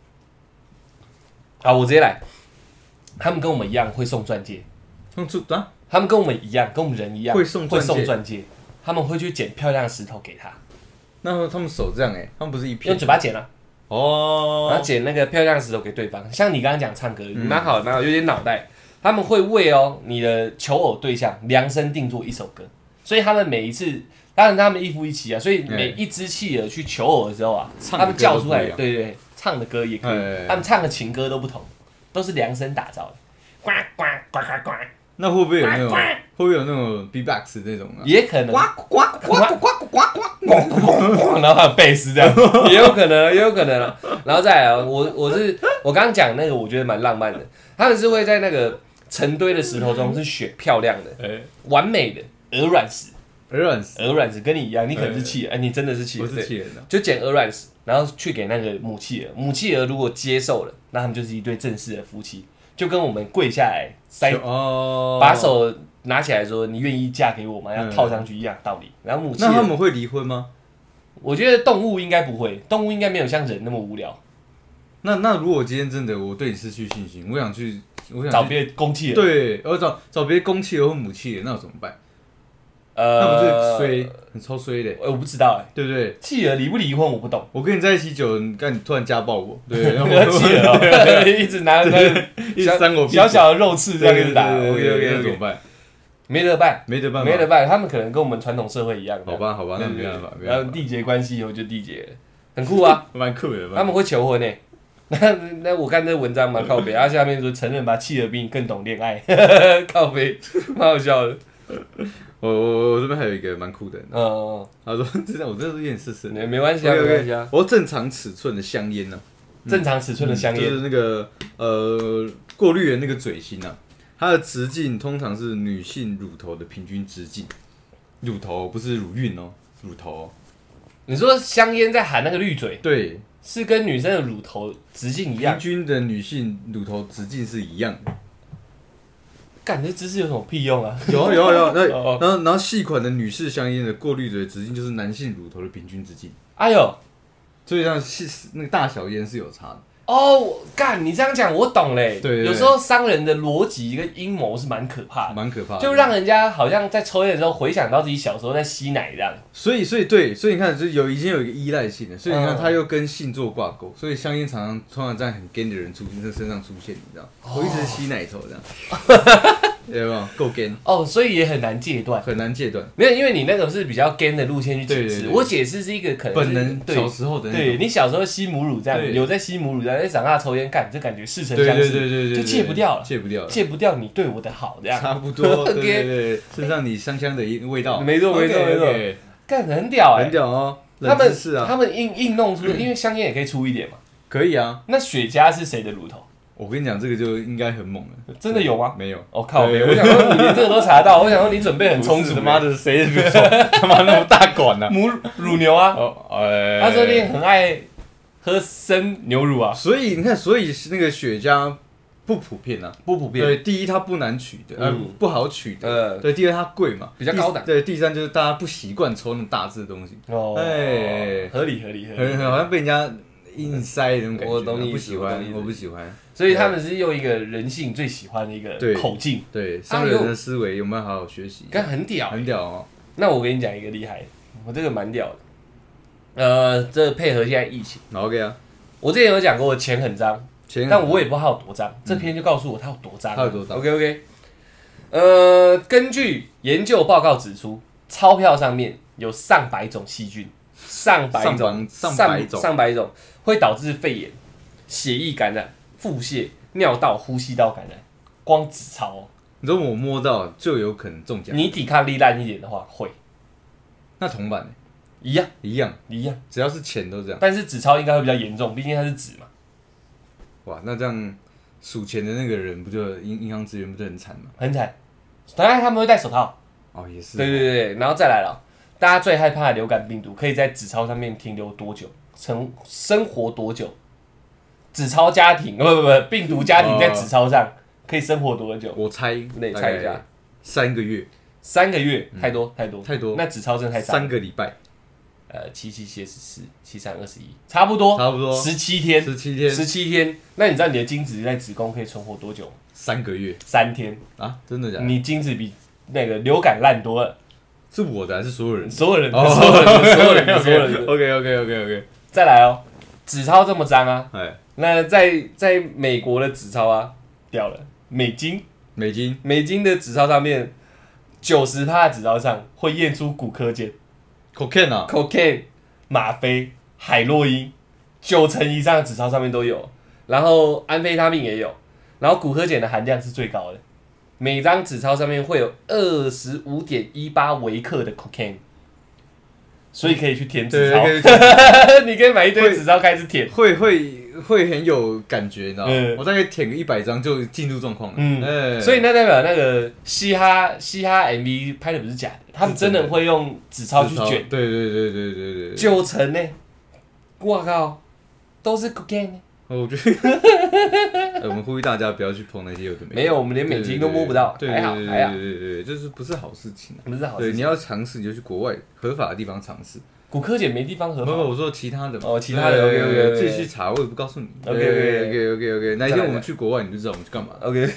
好，我直接来。他们跟我们一样会送钻戒，他们跟我们一样，跟我们人一样会送钻戒。他们会去捡漂亮的石头给他。 那他们手这样他们不是一片？ 用嘴巴捡啊。然后捡那个漂亮的石头给对方。像你刚刚讲唱歌，蛮好，有点脑袋。他们会为你的求偶对象量身定做一首歌，所以他们每一次，当然他们一夫一妻啊，所以每一只企鹅去求偶的时候啊，他们叫出来，对，唱的歌也可以，他们唱的情歌都不同，都是量身打造的，呱呱呱呱呱， 那会不会有那种 B-box 那种啊？ 也可能， 呱呱呱呱呱呱呱， 然后还有贝斯这样，也有可能，也有可能。然后再来，我刚刚讲那个，我觉得蛮浪漫的。他们是会在那个成堆的石头中是选漂亮的、完美的鹅卵石。鹅卵石跟你一样，你可能是企鹅，你真的是企鹅， 我是企鹅的， 就捡鹅卵石，然后去给那个母企鹅。母企鹅如果接受了，那他们就是一对正式的夫妻，就跟我们跪下来把手拿起来说你愿意嫁给我吗？要套上去一样道理。然后母企鹅， 那他们会离婚吗？ 我觉得动物应该不会，动物应该没有像人那么无聊。 那如果今天真的我对你失去信心，我想找别的公企鹅， 对，我找别的公企鹅或母企鹅，那我怎么办？那不是衰，很超衰的。 我不知道对不对？ 企鹅离不离婚我不懂。 我跟你在一起久了，你突然家暴我，对， 企鹅一直拿着一直扇我小小的肉刺这样一直打， 那怎么办？ 没得办， 没得办， 他们可能跟我们传统社会一样。 好吧，那没办法。 然后缔结关系以后就缔结了，很酷啊， 蛮酷的。 他们会求婚诶。那我看这文章蛮靠北，他下面说承认吧，企鹅比你更懂恋爱，靠北，蛮好笑的。 我这边还有一个蛮酷的，他说我这是有点试试， 没关系啊，没关系啊。 我正常尺寸的香烟呢， 正常尺寸的香烟就是那个过滤的那个嘴芯啊，它的直径通常是女性乳头的平均直径，乳头不是乳晕哦，乳头。 你说香烟在含那个滤嘴， 对， 是跟女生的乳头直径一样， 平均的女性乳头直径是一样的。 干这知识有什么屁用啊？ 有，然后细款的女士香烟的过滤嘴直径就是男性乳头的平均直径。 哎呦， 所以像那个大小烟是有差的。 哦，干你这样讲我懂嘞。 对， 有时候商人的逻辑跟阴谋是蛮可怕的，就让人家好像在抽烟的时候回想到自己小时候在吸奶这样。 所以你看，就已经有一个依赖性了，所以你看它又跟性做挂钩，所以香烟通常在很 gay 的人身上出现，你知道？我一直吸奶头这样。有没有够 gay 哦？所以也很难戒断，没有，因为你那个是比较 gay 的路线去解释。我解释是一个可能本能小时候的那种， 对你小时候吸母乳这样，有在吸母乳这样，长大抽烟干，这感觉似曾相识，就戒不掉了，戒不掉你对我的好这样， 差不多，对，身上你香香的味道， 没错，干很屌很屌哦。 他们硬弄出，因为香烟也可以粗一点嘛， 可以啊。 那雪茄是谁的乳头？我跟你讲，这个就应该很猛了。 真的有吗？ 没有。 哦靠！我想说你连这个都查得到，我想说你准备很充足。 他妈的，谁乳头？他妈那么大管呢？ 乳牛啊。他说你很爱喝生牛乳啊。 所以你看，那个雪茄不普遍啊， 不普遍。 对，第一它不难取得，不好取得。对，第二它贵嘛， 比较高档。 对，第三就是大家不习惯抽那么大支的东西。 哦。合理。 好像被人家硬塞那种感觉。 我懂你， 我不喜欢。 所以他们是用一个人性最喜欢的一个口径， 对商人的思维有没有好好学习？ 看很屌， 很屌哦。 那我跟你讲一个厉害，我这个蛮屌的。这配合现在疫情 ，OK 啊。 我之前有讲过钱很脏，但我也不知道它有多脏。这篇就告诉我它有多脏。OK。根据研究报告指出，钞票上面有上百种细菌，上百种会导致肺炎、血液感染、腹泻、尿道、呼吸道感染，光纸钞哦。 你说我摸到就有可能中奖。 你抵抗力烂一点的话会。 那铜板呢？ 一样， 只要是钱都这样。 但是纸钞应该会比较严重，毕竟它是纸嘛。 哇，那这样数钱的那个人不就银行职员不就很惨吗？ 很惨。当然他们会戴手套。 哦，也是。 对，然后再来了，大家最害怕的流感病毒可以在纸钞上面停留多久？生活多久？纸钞家庭不，病毒家庭在纸钞上可以生活多久？ 我猜， 你猜一下 ，3个月。 3个月，太多。 那纸钞真的太少。 3个礼拜。 7、7、14、7、3、21，差不多。17天。17天。那你知道你的精子在子宫可以存活多久 ？3个月。 3天。 啊？真的假的？ 你精子比那个流感烂多了。 是我的还是所有人？ 所有人。 OK。 再来哦，纸钞这么脏啊！那在美国的纸钞啊，掉了。美金的纸钞上面，90%的纸钞上会验出古柯碱。cocaine 吗啡、海洛因，90%以上的纸钞上面都有。然后安非他命也有，然后古柯碱的含量是最高的。 每张纸钞上面会有25.18微克的 cocaine， 所以可以去舔纸钞。你可以买一堆纸钞开始舔， 会很有感觉，你知道吗？我大概舔个100张就进入状况了。 所以那代表那个嘻哈 MV 拍的不是假的，他们真的会用纸钞去卷。 对 90%呢，我靠，都是 cocaine。 我觉得，我们呼吁大家不要去碰那些有的没的。 没有，我们连美金都摸不到，还好。 对，就是不是好事情。 不是好事情。 对，你要尝试你就去国外合法的地方尝试。 骨科碱没地方合法。 我说其他的嘛。 其他的 OK， 自己去查，我也不告诉你。 OK， 哪一天我们去国外，你就知道我们去干嘛。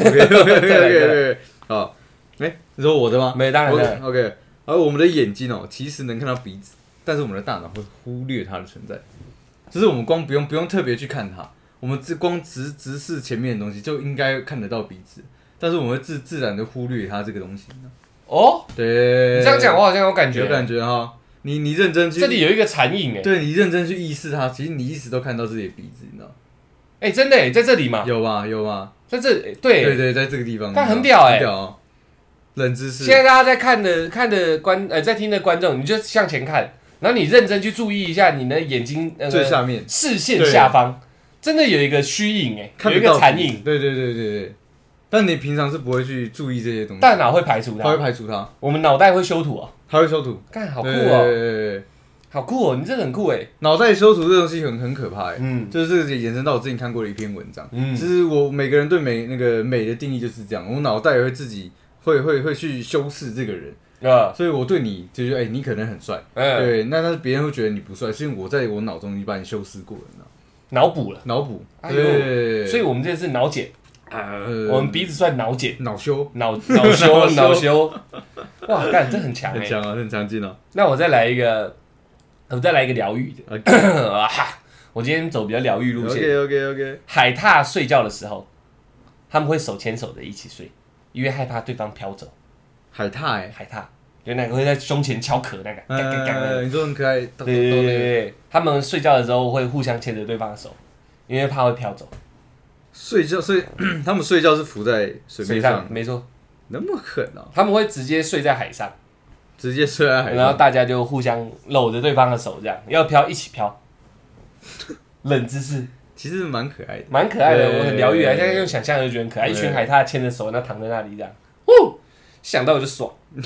OK， 好，你说我的吗？ 没，当然。 OK， 而我们的眼睛其实能看到鼻子，但是我们的大脑会忽略它的存在。就是我们光不用特别去看它。我们光直视前面的东西就应该看得到鼻子，但是我们会自然的忽略它这个东西。对， 你这样讲我好像有感觉， 哈。你认真去， 这里有一个残影对你认真去意识它，其实你一直都看到自己的鼻子，你知道？ 真的在这里吗？ 有吧， 在这对，在这个地方， 但很屌很屌冷知识。 现在大家在看的在听的观众，你就向前看，然后你认真去注意一下你的眼睛最下面视线下方。真的有一个虚影有一个残影。 对。但你平常是不会去注意这些东西， 大脑会排除它。 它会排除它。 我们脑袋会修图它会修图。 干，好酷对， 好酷你这个很酷脑袋修图这东西很可怕就是这个延伸到我之前看过的一篇文章。其实我每个人对美的定义就是这样，我脑袋也会自己会去修饰这个人。所以我对你就觉得你可能很帅。对，那但是别人会觉得你不帅，是因为我在我脑中已经把你修饰过了。 脑补， 对， 所以我们这是脑检，我们鼻子算脑检， 脑修， 脑修，哇，干，这很强很强很强劲那我再来一个疗愈的，我今天走比较疗愈路线。 OK。 海獭睡觉的时候，他们会手牵手的一起睡，因为害怕对方飘走。 海獭， 就那个会在胸前敲壳那个， 你说很可爱。 对，他们睡觉的时候会互相牵着对方的手，因为怕会飘走。 睡觉，所以他们睡觉是浮在水面上， 没错。 那么狠他们会直接睡在海上， 然后大家就互相搂着对方的手，这样要飘一起飘。冷知识， 其实蛮可爱的， 我很疗愈现在用想象就觉得很可爱，一群海獭牵着手，然后躺在那里这样，想到我就爽。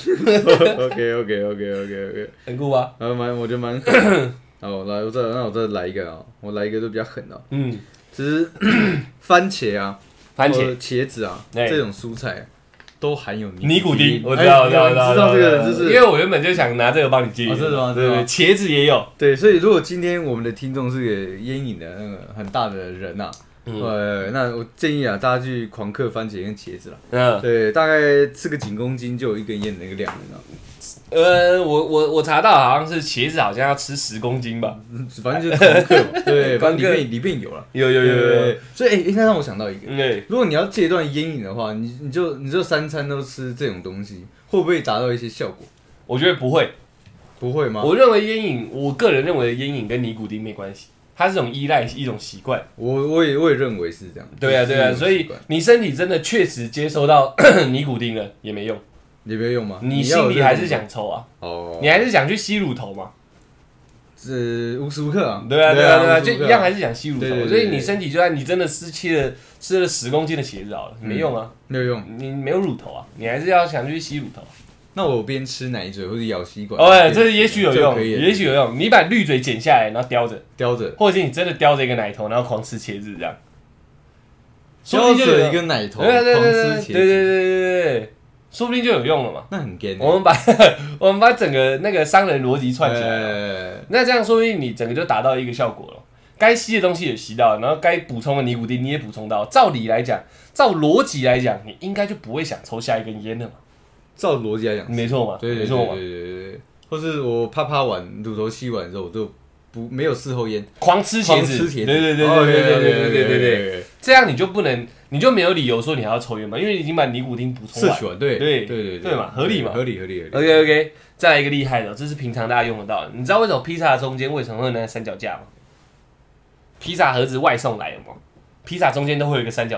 OK， 很酷吧？ 我觉得蛮狠。好，我再来一个我来一个都比较狠其实番茄茄子这种蔬菜都含有尼古丁。我知道这个，就是因为我原本就想拿这个帮你接。 真的吗？ 对，茄子也有。 对，所以如果今天我们的听众是个烟瘾的那个很大的人那我建议大家去狂嗑番茄跟茄子对，大概吃个几公斤就有一根烟的那个量我查到好像是茄子好像要吃10公斤吧， 反正就是狂嗑嘛。对，反正里面有了。 有。 所以应该让我想到一个，如果你要戒断烟瘾的话，你就3餐都吃这种东西，会不会达到一些效果？ 我觉得不会。 不会吗？ 我认为我个人认为的烟瘾跟尼古丁没关系。它是一种依赖，一种习惯。 我也认为是这样。 对啊，所以你身体真的确实接收到尼古丁了，也没用。 也没用吗？ 你心里还是想抽啊？你还是想去吸乳头嘛？ 无时无刻对啊，就一样还是想吸乳头。所以你身体就算你真的吃了10公斤的茄子好了，没用啊， 没有用。 你没有乳头啊，你还是要想去吸乳头。 那我边吃奶嘴或者咬吸管， 这也许有用，你把滤嘴剪下来，然后叼着，或者是你真的叼着一个奶头，然后狂吃茄子这样， 叼着一个奶头狂吃茄子， 对，说不定就有用了嘛。 那很干。 我们把整个那个商人逻辑串起来，那这样说不定你整个就达到一个效果了。该吸的东西也吸到，然后该补充的尼古丁你也补充到。照理来讲，照逻辑来讲，你应该就不会想抽下一根烟了嘛。 照逻辑来讲， 没错嘛， 没错嘛，对。或是我啪完乳头吸完之后，我就没有事后烟， 狂吃茄子，对，这样你就不能，你就没有理由说你还要抽烟嘛，因为你已经把尼古丁补充完，对嘛，合理嘛， 合理。 OK， 再来一个厉害的，这是平常大家用得到的。你知道为什么披萨中间为什么会有那个三脚架吗？披萨盒子外送来有没有？披萨中间都会有一个三脚架，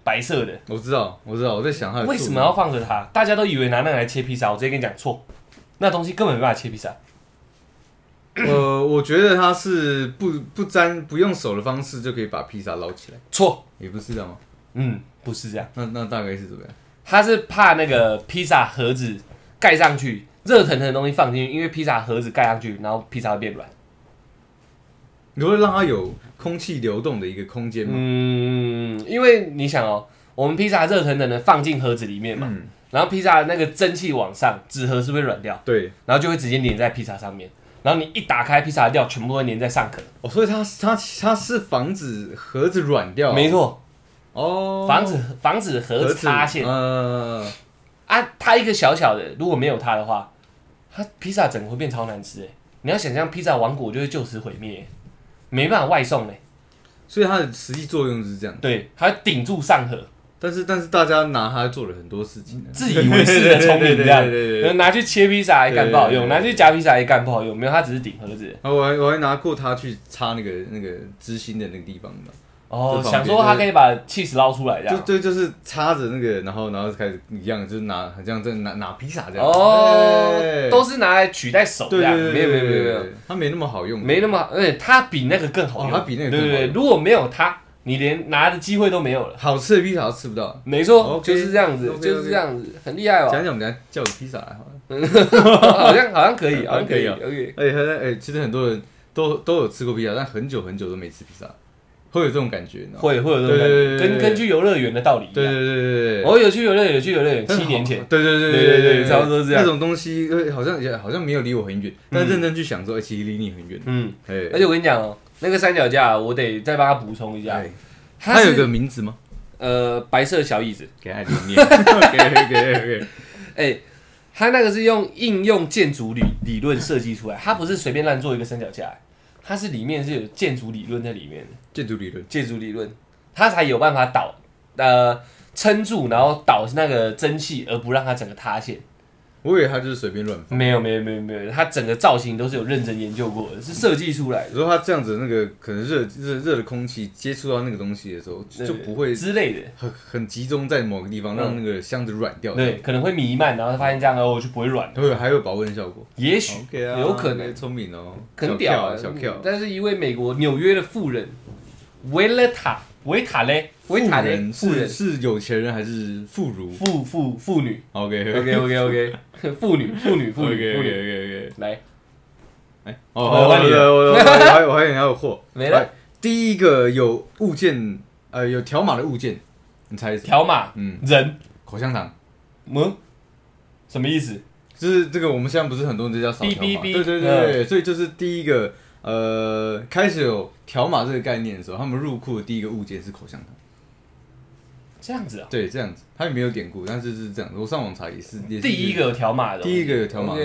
白色的。 我知道，我在想它的为什么要放着它？大家都以为拿那个来切披萨，我直接跟你讲错，那东西根本没办法切披萨。 我觉得它是不用手的方式就可以把披萨捞起来。 错， 也不是这样吗？ 不是这样。 那大概是怎么样？ 他是怕那个披萨盒子盖上去，热腾腾的东西放进去，因为披萨盒子盖上去，然后披萨会变软。 你会让它有空气流动的一个空间吗？ 因为你想哦，我们披萨热腾腾的放进盒子里面嘛，然后披萨那个蒸汽往上，纸盒是不是会软掉？ 对， 然后就会直接粘在披萨上面。然后你一打开披萨的料，全部都粘在上壳。 哦，所以它是防止盒子软掉。 没错。 哦， 防止盒子塌陷。它一个小小的，如果没有它的话，它披萨整个会变超难吃。你要想象披萨王国就会就此毁灭。没办法外送嘞， 所以它的实际作用是这样。 对，它顶住上盒。 但是大家拿它做了很多事情， 自以为是的聪明这样，拿去切披萨也干不好用，拿去夹披萨也干不好用，没有，它只是顶盒子。 我还拿过它去插那个支心的那个地方的。 哦，想说它可以把 cheese 捞出来这样。 对，就是插着那个，然后开始一样，就是很像在拿披萨这样。 哦，都是拿来取代手这样。没有， 它没那么好用。 没那么好，它比那个更好用。 它比那个更好用。 对，如果没有它，你连拿的机会都没有了。 好吃的披萨都吃不到。 没错，就是这样子，就是这样子，很厉害吧？ 讲我们等下叫个披萨来好了。 好像可以，好像可以。 OK。其实很多人都有吃过披萨，但很久都没吃披萨。会有这种感觉， 会有这种感觉，跟去游乐园的道理一样。 对， 我有去游乐园，7年前。对，差不多这样。 那种东西好像没有离我很远，但认真去想说，其实离你很远。 而且我跟你讲哦，那个三脚架我得再帮他补充一下， 它有个名字吗？ 白色小椅子， 给他念。OK。 它那个是用应用建筑理论设计出来，它不是随便乱做一个三脚架。它是里面是有建筑理论在里面的，建筑理论，它才有办法撑住，然后导那个蒸汽，而不让它整个塌陷。 我以为它就是随便乱放。 没有，它整个造型都是有认真研究过的，是设计出来的。 如果它这样子，那个可能热的空气接触到那个东西的时候，就不会之类的， 很集中在某个地方，让那个箱子软掉。 对，可能会弥漫，然后发现这样我就不会软。 对，还有保温效果。 也许有可能， 聪明哦， 很屌， 小跳。 但是一位美国纽约的富人维塔雷是有钱人还是妇孺？ 妇女。OK， 妇女。来， 我还以为你还有货。 没了。 第一个有物件，有条码的物件，你猜是什么？ 条码，人， 口香糖。 什么意思？ 就是这个，我们现在不是很多人都叫扫条码？对，所以就是第一个。开始有条码这个概念的时候，他们入库的第一个物件是口香糖。 这样子啊？ 对，这样子，它也没有典故，但是是这样子。我上网查也是第一个有条码的。 第一个有条码。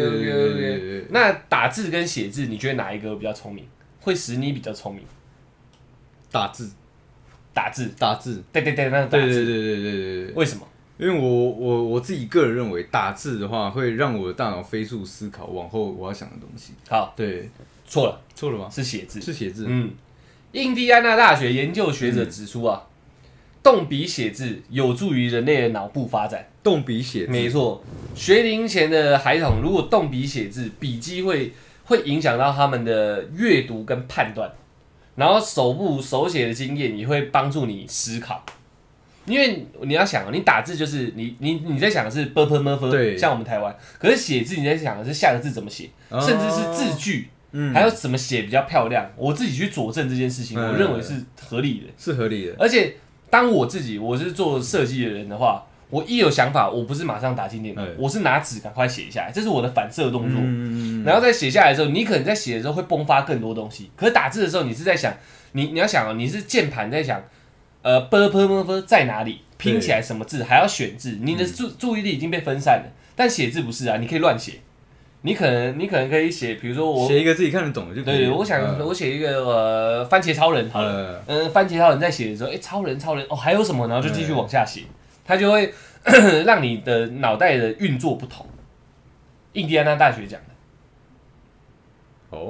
OK。那打字跟写字，你觉得哪一个比较聪明？会使你比较聪明？ 打字。 对，那个打字。 对。 为什么？ 因为我自己个人认为，打字的话会让我的大脑飞速思考往后我要想的东西。 好， 对。 错了吗？ 是写字。 印第安纳大学研究学者指出啊，动笔写字有助于人类的脑部发展。 动笔写字， 没错。学龄前的孩童如果动笔写字，笔迹会影响到他们的阅读跟判断，然后手写的经验也会帮助你思考。因为你要想，你打字就是你在想的是 //， 像我们台湾，可是写字你在想的是下个字怎么写，甚至是字句。还有怎么写比较漂亮？我自己去佐证这件事情，我认为是合理的， 是合理的。 而且，当我是做设计的人的话，我一有想法，我不是马上打进电脑，我是拿纸赶快写下来，这是我的反射动作。然后在写下来的时候，你可能在写的时候会迸发更多东西，可是打字的时候，你是在想，你要想你是键盘在想，在哪里拼起来什么字，还要选字，你的注意力已经被分散了。但写字不是啊，你可以乱写。你可能可以写，比如说我写一个自己看得懂的就可以。 对，我写一个番茄超人好了。番茄超人在写的时候，超人哦，还有什么？然后就继续往下写，它就会让你的脑袋的运作不同。印第安纳大学讲的。 哦，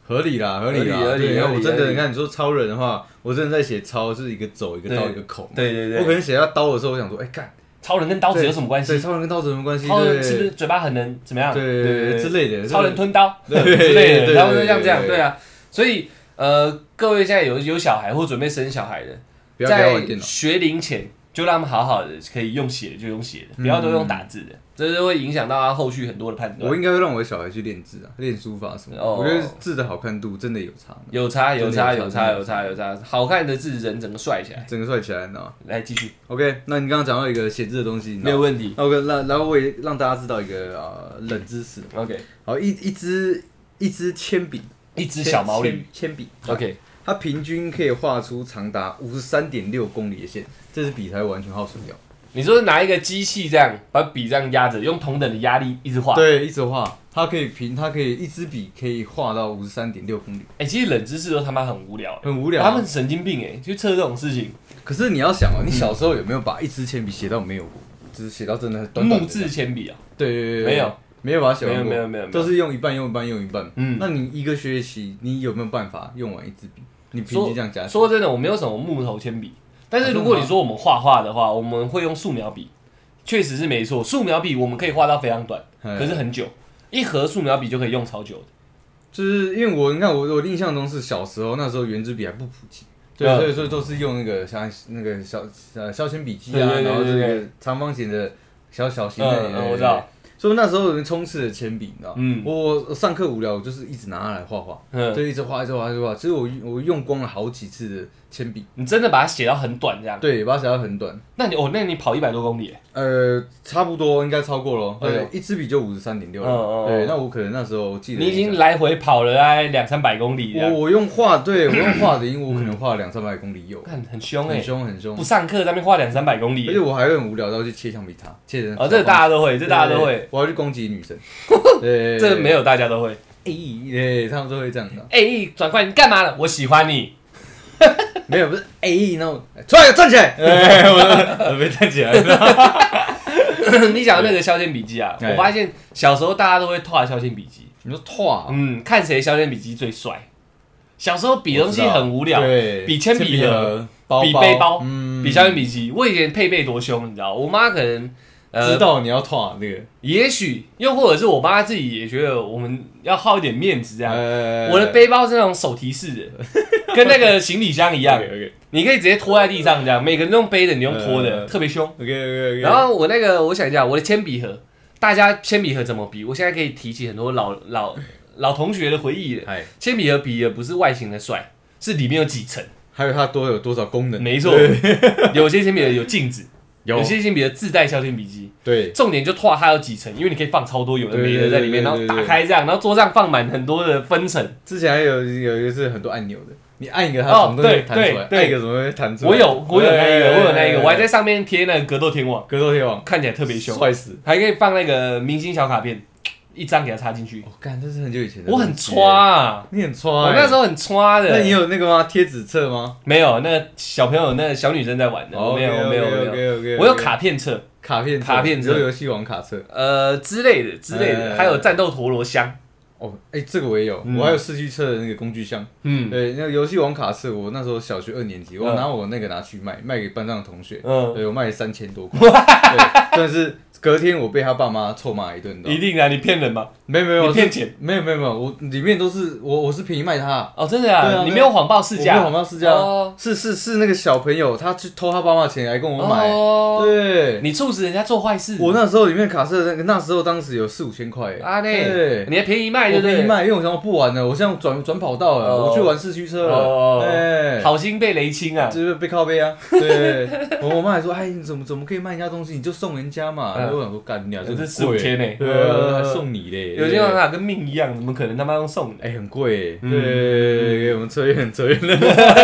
合理啦。对，我真的，你看你说超人的话，我真的在写超是一个走一个刀一个口。 对。 我可能写到刀的时候，我想说，干。 超人跟刀子有什么关系？ 对，超人跟刀子有什么关系？ 超人是不是嘴巴很能怎么样？ 对之类的。 超人吞刀之类的，然后就像这样，对啊。所以各位现在有小孩或准备生小孩的，在学龄前就让他们好好的可以用写的就用写的，不要都用打字的，这是会影响到他后续很多的判断。 我应该会让我的小孩去练字啊，练书法什么。我觉得字的好看度真的有差， 有差，好看的字人整个帅起来， 你知道吗？来继续。 OK， 那你刚刚讲到一个写字的东西， 没有问题。 OK， 然后我也让大家知道一个冷知识。 OK， 好，一支铅笔， 一支小毛驴铅笔。 OK， 它平均可以画出长达53.6公里的线，这支笔才会完全耗损掉。 你说是拿一个机器这样把笔这样压着，用同等的压力一直画？ 对，一直画。它可以一支笔可以画到53.6公里。 其实冷知识都他妈很无聊， 很无聊。 他们神经病去测这种事情。 可是你要想你小时候有没有把一支铅笔写到没有过？就是写到真的短木质铅笔啊？ 对，没有把它写完过，没有，都是用一半。那你一个学期你有没有办法用完一支笔？你平均这样加起来。 说真的，我没有什么木头铅笔。但是如果你说我们画画的话，我们会用素描笔，确实是没错。素描笔我们可以画到非常短，可是很久，一盒素描笔就可以用超久的。 就是因为我印象中是小时候那时候圆珠笔还不普及，对，所以都是用那个像那个削铅笔机啊，然后这个长方形的小型的， 我知道。 所以那时候有人充斥的铅笔，你知道吗？我上课无聊，我就是一直拿它来画画，对，一直画。其实我用光了好几次的铅笔。 你真的把它写到很短这样？ 对，把它写到很短。 那你跑100多公里？ 差不多应该超过了。对，一支笔就53.6了。对，那我可能那时候我记得你已经来回跑了大概200-300公里。 我用画的，因为我可能画200-300公里有。 很凶很凶。 不上课在那边画200-300公里。 而且我还会很无聊，然后去切橡皮擦，切成。 这大家都会， 我要去攻击女生。 对，这没有大家都会。 他们都会这样的。 转过来，你干嘛了？我喜欢你。 没有，不是然后出来站起来。我被站起来了。 你讲的那个削铅笔机啊，我发现小时候大家都会画削铅笔机。 你说画？ 看谁削铅笔机最帅。小时候比东西很无聊，比铅笔盒、比背包、比削铅笔机。我以前配备多凶，你知道？我妈可能。 知道你要画那个， 也许又或者是我妈自己也觉得我们要好一点面子这样。我的背包是那种手提式的，跟那个行李箱一样，你可以直接拖在地上这样，每个人都用背的，你用拖的，特别凶。然后我想一下，我的铅笔盒，大家铅笔盒怎么比？我现在可以提起很多老同学的回忆了。铅笔盒比的不是外形的帅，是里面有几层， 还有它有多少功能。 没错，有些铅笔盒有镜子。有些铅笔的自带削铅笔机，对，重点就它有几层，因为你可以放超多有的没的在里面，然后打开这样，然后桌上放满很多的分层。 之前还有一个是很多按钮的，你按一个它什么东西弹出来，按一个什么东西弹出来。 我有那个，我还在上面贴那个格斗天网，看起来特别凶， 帅死， 还可以放那个明星小卡片。一张给它插进去。 干，这是很久以前的。 我很刷啊， 你很刷。 我那时候很刷的。 那你有那个吗？贴纸册吗？ 没有，那个小朋友、那个小女生在玩的。没有。我有卡片册， 卡片册，有游戏王卡册， 之类的，还有战斗陀螺箱。 这个我也有，我还有四驱车的那个工具箱。对，那个游戏王卡册，我那时候小学2年级，我拿我那个拿去卖给班上的同学。对，我卖3000多块。对，但是。隔天我被他爸妈臭骂一顿， 一定啊！你骗人吗？ 没有， 你骗钱？ 没有，我里面都是我是便宜卖他。 真的啊？你没有谎报市价？ 没有谎报市价。是那个小朋友，他去偷他爸妈的钱来跟我买。对， 你促使人家做坏事。 我那时候里面卡册那时候当时有4-5千块。 对，你还便宜卖，对不对？ 便宜卖，因为我想我不玩了，我现在转跑道了，我去玩四驱车了。 好心被雷侵啊！ 就是被靠背啊。对，我妈还说：“你怎么可以卖人家东西？你就送人家嘛。”我想说干你啊， 这4-5千呢， 对啊，还送你嘞， 有些人跟命一样，怎么可能他妈用送的？ 很贵，对，我们扯远了，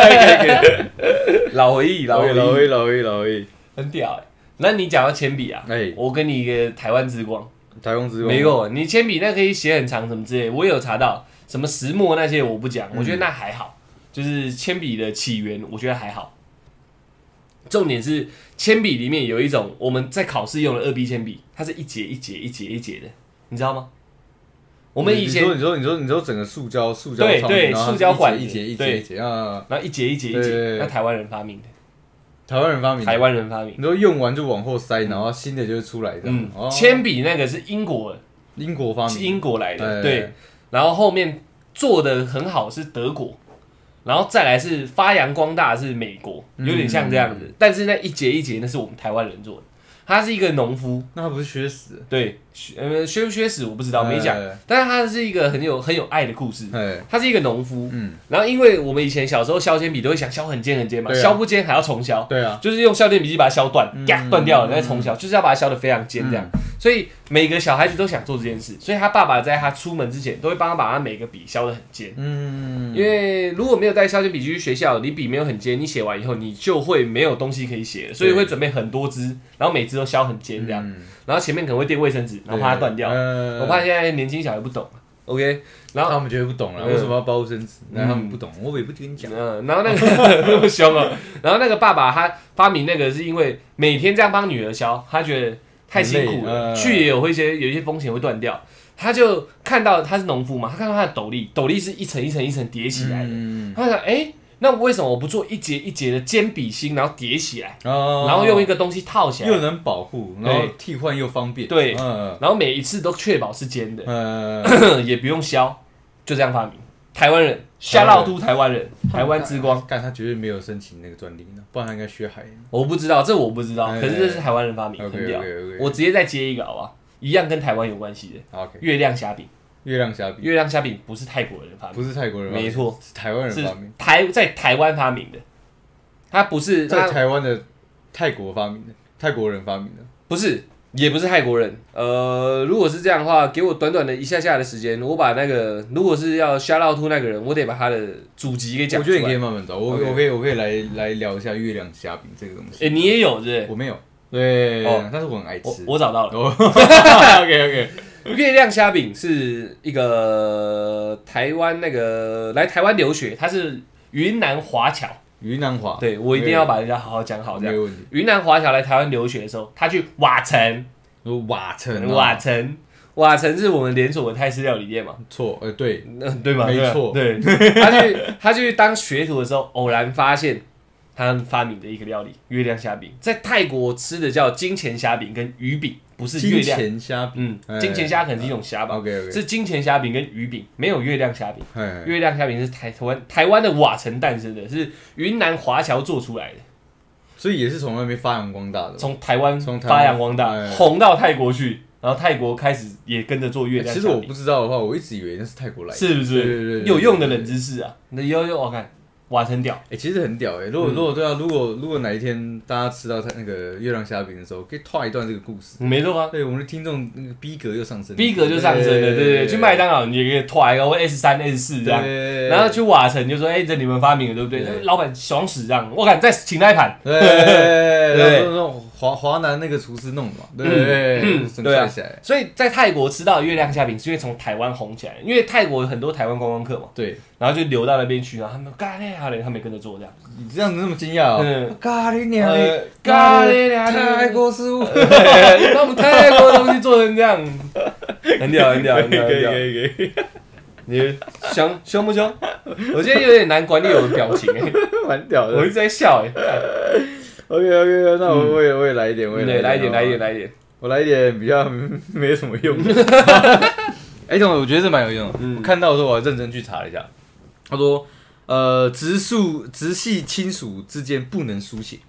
老回忆， 很屌那你讲到铅笔啊，我跟你一个台湾之光，没错，你铅笔那可以写很长什么之类，我也有查到，什么石墨那些我不讲，我觉得那还好，就是铅笔的起源，我觉得还好。重点是铅笔里面有一种我们在考试用的2B 铅笔，它是一节一节的，你知道吗？ 我们以前你说整个塑胶对塑胶管一节啊，然后一节，那台湾人发明的。台湾人发明， 你说用完就往后塞，然后新的就会出来的。 铅笔那个是英国发明， 英国来的，对。然后后面做的很好是德国，然后再来是发扬光大是美国，有点像这样子。但是那一节那是我们台湾人做的。他是一个农夫， 那他不是学死？ 对，学不学死我不知道，没讲。但是他是一个很有爱的故事。他是一个农夫，然后因为我们以前小时候削铅笔都会想削很尖嘛，削不尖还要重削， 对啊， 就是用削铅笔机把它削断，断掉了再重削，就是要把它削得非常尖这样。所以每个小孩子都想做这件事，所以他爸爸在他出门之前都会帮他把他每个笔削得很尖。因为如果没有带削铅笔机去学校，你笔没有很尖，你写完以后你就会没有东西可以写了，所以会准备很多支，然后每支都削很尖这样，然后前面可能会垫卫生纸，然后怕它断掉。我怕现在年轻小孩不懂 ，OK， 然后他们觉得不懂了，为什么要包卫生纸？那他们不懂，我也不跟你讲。 然后那个那么凶哦，然后那个爸爸他发明那个是因为每天这样帮女儿削，他觉得太辛苦了，去也有一些风险会断掉。他就看到他是农夫嘛，他看到他的斗笠是一层一层一层叠起来的，他想那为什么我不做一节一节的尖笔芯，然后叠起来，然后用一个东西套起来， 又能保护，然后替换又方便， 对，然后每一次都确保是尖的，也不用削，就这样发明。台湾人，shout out to台湾人，台湾之光。 干他绝对没有申请那个专利呢，不然他应该学海。 我不知道，这我不知道，可是这是台湾人发明，很屌。我直接再接一个好不好？一样跟台湾有关系的，月亮虾饼。月亮虾饼不是泰国人发明， 不是泰国人发明， 没错， 是台湾人发明， 在台湾发明的，它不是在台湾的泰国发明的，泰国人发明的， 不是，也不是泰国人。如果是这样的话，给我短短的一下下的时间，我把那个如果是要 shout out to 那个人，我得把他的祖籍给讲出来。 我觉得你可以慢慢找，我可以来聊一下月亮虾饼这个东西。 你也有是不是？ 我没有，对，但是我很爱吃。 我找到了。OK。月亮虾饼是一个台湾来台湾留学，他是云南华侨。对，我一定要把人家好好讲好这样。 没问题。 云南华侨来台湾留学的时候，他去瓦城。瓦城是我们连锁的泰式料理店嘛？ 错，对， 对吗？ 没错。 对，他去当学徒的时候，偶然发现他发明的一个料理——月亮虾饼，在泰国吃的叫金钱虾饼跟鱼饼。不是月亮金钱虾饼， 金钱虾可能是一种虾吧， OK， 是金钱虾饼跟鱼饼，没有月亮虾饼。月亮虾饼是台湾的瓦城诞生的，是云南华侨做出来的， 所以也是从那边发扬光大的。 从台湾发扬光大，红到泰国去，然后泰国开始也跟着做月亮虾饼。 其实我不知道的话，我一直以为那是泰国来的， 是不是？有用的冷知识啊！那以后我看。哇，很屌！ 其实很屌如果哪一天大家吃到那个月亮虾饼的时候，可以套一段这个故事。 没错啊， 对，我们的听众那个逼格又上升， 对，去麦当劳你也可以套一个或 S3、S4 这样，然后去瓦城就说，这你们发明的对不对？老板爽死这样，我敢再请那一盘。 对，那种华南那个厨师弄的嘛，对，帅起来。 所以在泰国吃到的月亮虾饼是因为从台湾红起来，因为泰国有很多台湾观光客嘛， 对， 然后就流到那边去，然后他们咖喱他们也跟着做这样。 你这样子那么惊讶咖喱娘泰国食物， 那我们泰国的东西做成这样，很屌。你凶不凶？我现在有点难管理我的表情蛮屌的， 我一直在笑 OK， 那我也来一点， 来一点， 我来一点比较没什么用的。这种我觉得是蛮有用的。我看到的时候我还认真去查了一下，他说直系亲属之间不能书写，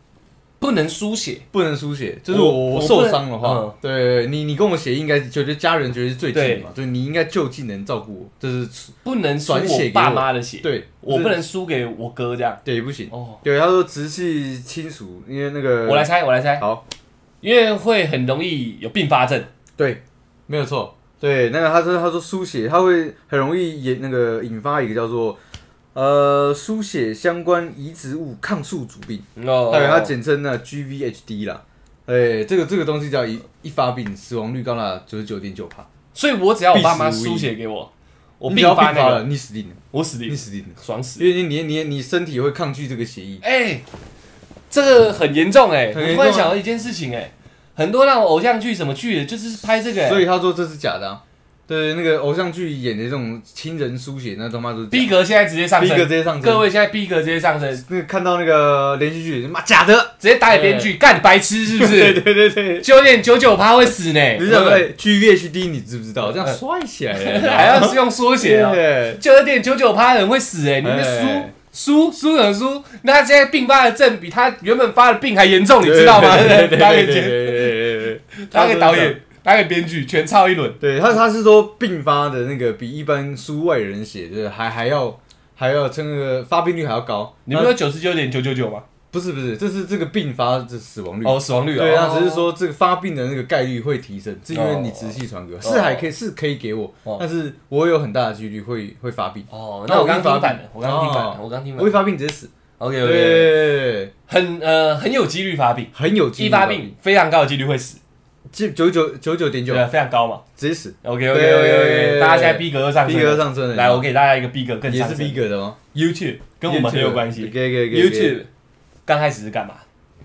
就是我受伤的话，对你跟我写，应该觉得家人觉得是最近嘛，对，你应该就近能照顾我，就是不能转写我爸妈的血， 对， 我不能输给我哥这样， 对，不行。对，他说直系亲属，因为那个我来猜， 好， 因为会很容易有并发症， 对，没有错，对，那个他说书写，他会很容易引发一个叫做。书写相关移植物抗宿主病，它简称呢 GVHD 啦。这个东西只要一发病，死亡率高达99.9%。 所以我只要我爸妈书写给我并发那个，你死定了， 我死定了，爽死！ 因为你身体会抗拒这个血液。 这个很严重我突然想到一件事情很多那种偶像剧什么剧的，就是拍这个所以他说这是假的啊。 对，那个偶像剧演的这种亲人书写，那他妈都是逼格现在直接上升， 逼格直接上升。 各位现在逼格直接上升。 那个看到那个连续剧，妈假的， 直接打给编剧，干你白痴是不是？ 对 9.99%会死呢。 你知道对 GVHD 你知不知道？这样摔起来了， 还要是用缩写啊？9.99%的人会死哎，你们输可能输，那他现在并发的症比他原本发的病还严重，你知道吗？打给导演。打给编剧，全抄一轮。 对他是说并发的那个比一般书外人写的还要这个发病率还要高。 你不是99.999吗？ 不是，这是这个并发的死亡率。 哦，死亡率。 对，他只是说这个发病的那个概率会提升，是因为你直系传给我，是可以给我，但是我有很大的几率会发病。 哦，那我刚听反了，我会发病直接死。 OK， 对，很有几率发病，一发病非常高的几率会死。 99.9， 对，非常高嘛， 直接死。 OK， 大家现在逼格又上升， 逼格上升了。 来，我给大家一个逼格更上升， 也是逼格的吗 ？YouTube 跟我们很有关系。 YouTube 刚开始是干嘛？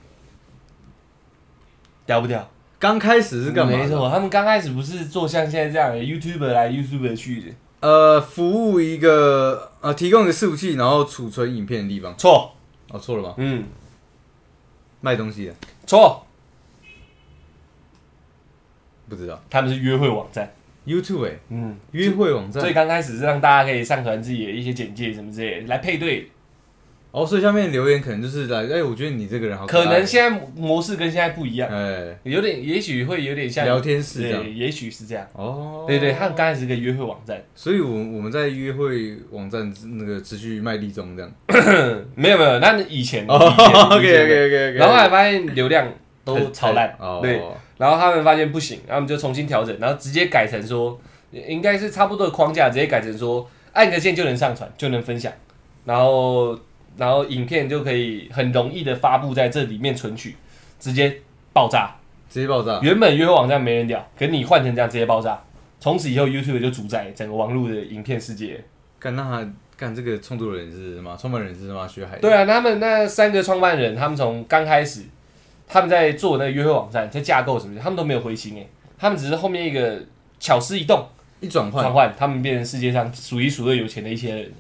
屌不屌？ 刚开始是干嘛？ 没错，他们刚开始不是做像现在这样的 YouTuber 来 YouTuber 去服务一个提供一个伺服器，然后储存影片的地方。 错。 哦，错了吗？ 嗯， 卖东西的。 错。 不知道， 他们是约会网站 ，YouTube 约会网站， 所以刚开始是让大家可以上传自己的一些简介什么之类的来配对。 哦，所以下面留言可能就是来，我觉得你这个人好可爱。 可能现在模式跟现在不一样，有点，也许会有点像聊天室这样， 对，也许是这样。 哦， 对，他们刚开始是个约会网站， 所以我们在约会网站那个持续卖力中这样。 没有，那以前 ，OK， 然后后来发现流量都超烂，对。然后他们发现不行，他们就重新调整，然后直接改成说，应该是差不多的框架，直接改成说，按个键就能上传，就能分享，然后影片就可以很容易的发布在这里面存取，直接爆炸。原本约会网站没人屌，可你换成这样直接爆炸，从此以后 YouTube 就主宰整个网络的影片世界。 干这个创作人是什么？创办人是什么？薛海。 对啊，他们那3个创办人，他们从刚开始。他们在做那个约会网站，在架构什么，他们都没有灰心他们只是后面一个巧思一动， 一转换，他们变成世界上数一数二有钱的一些人。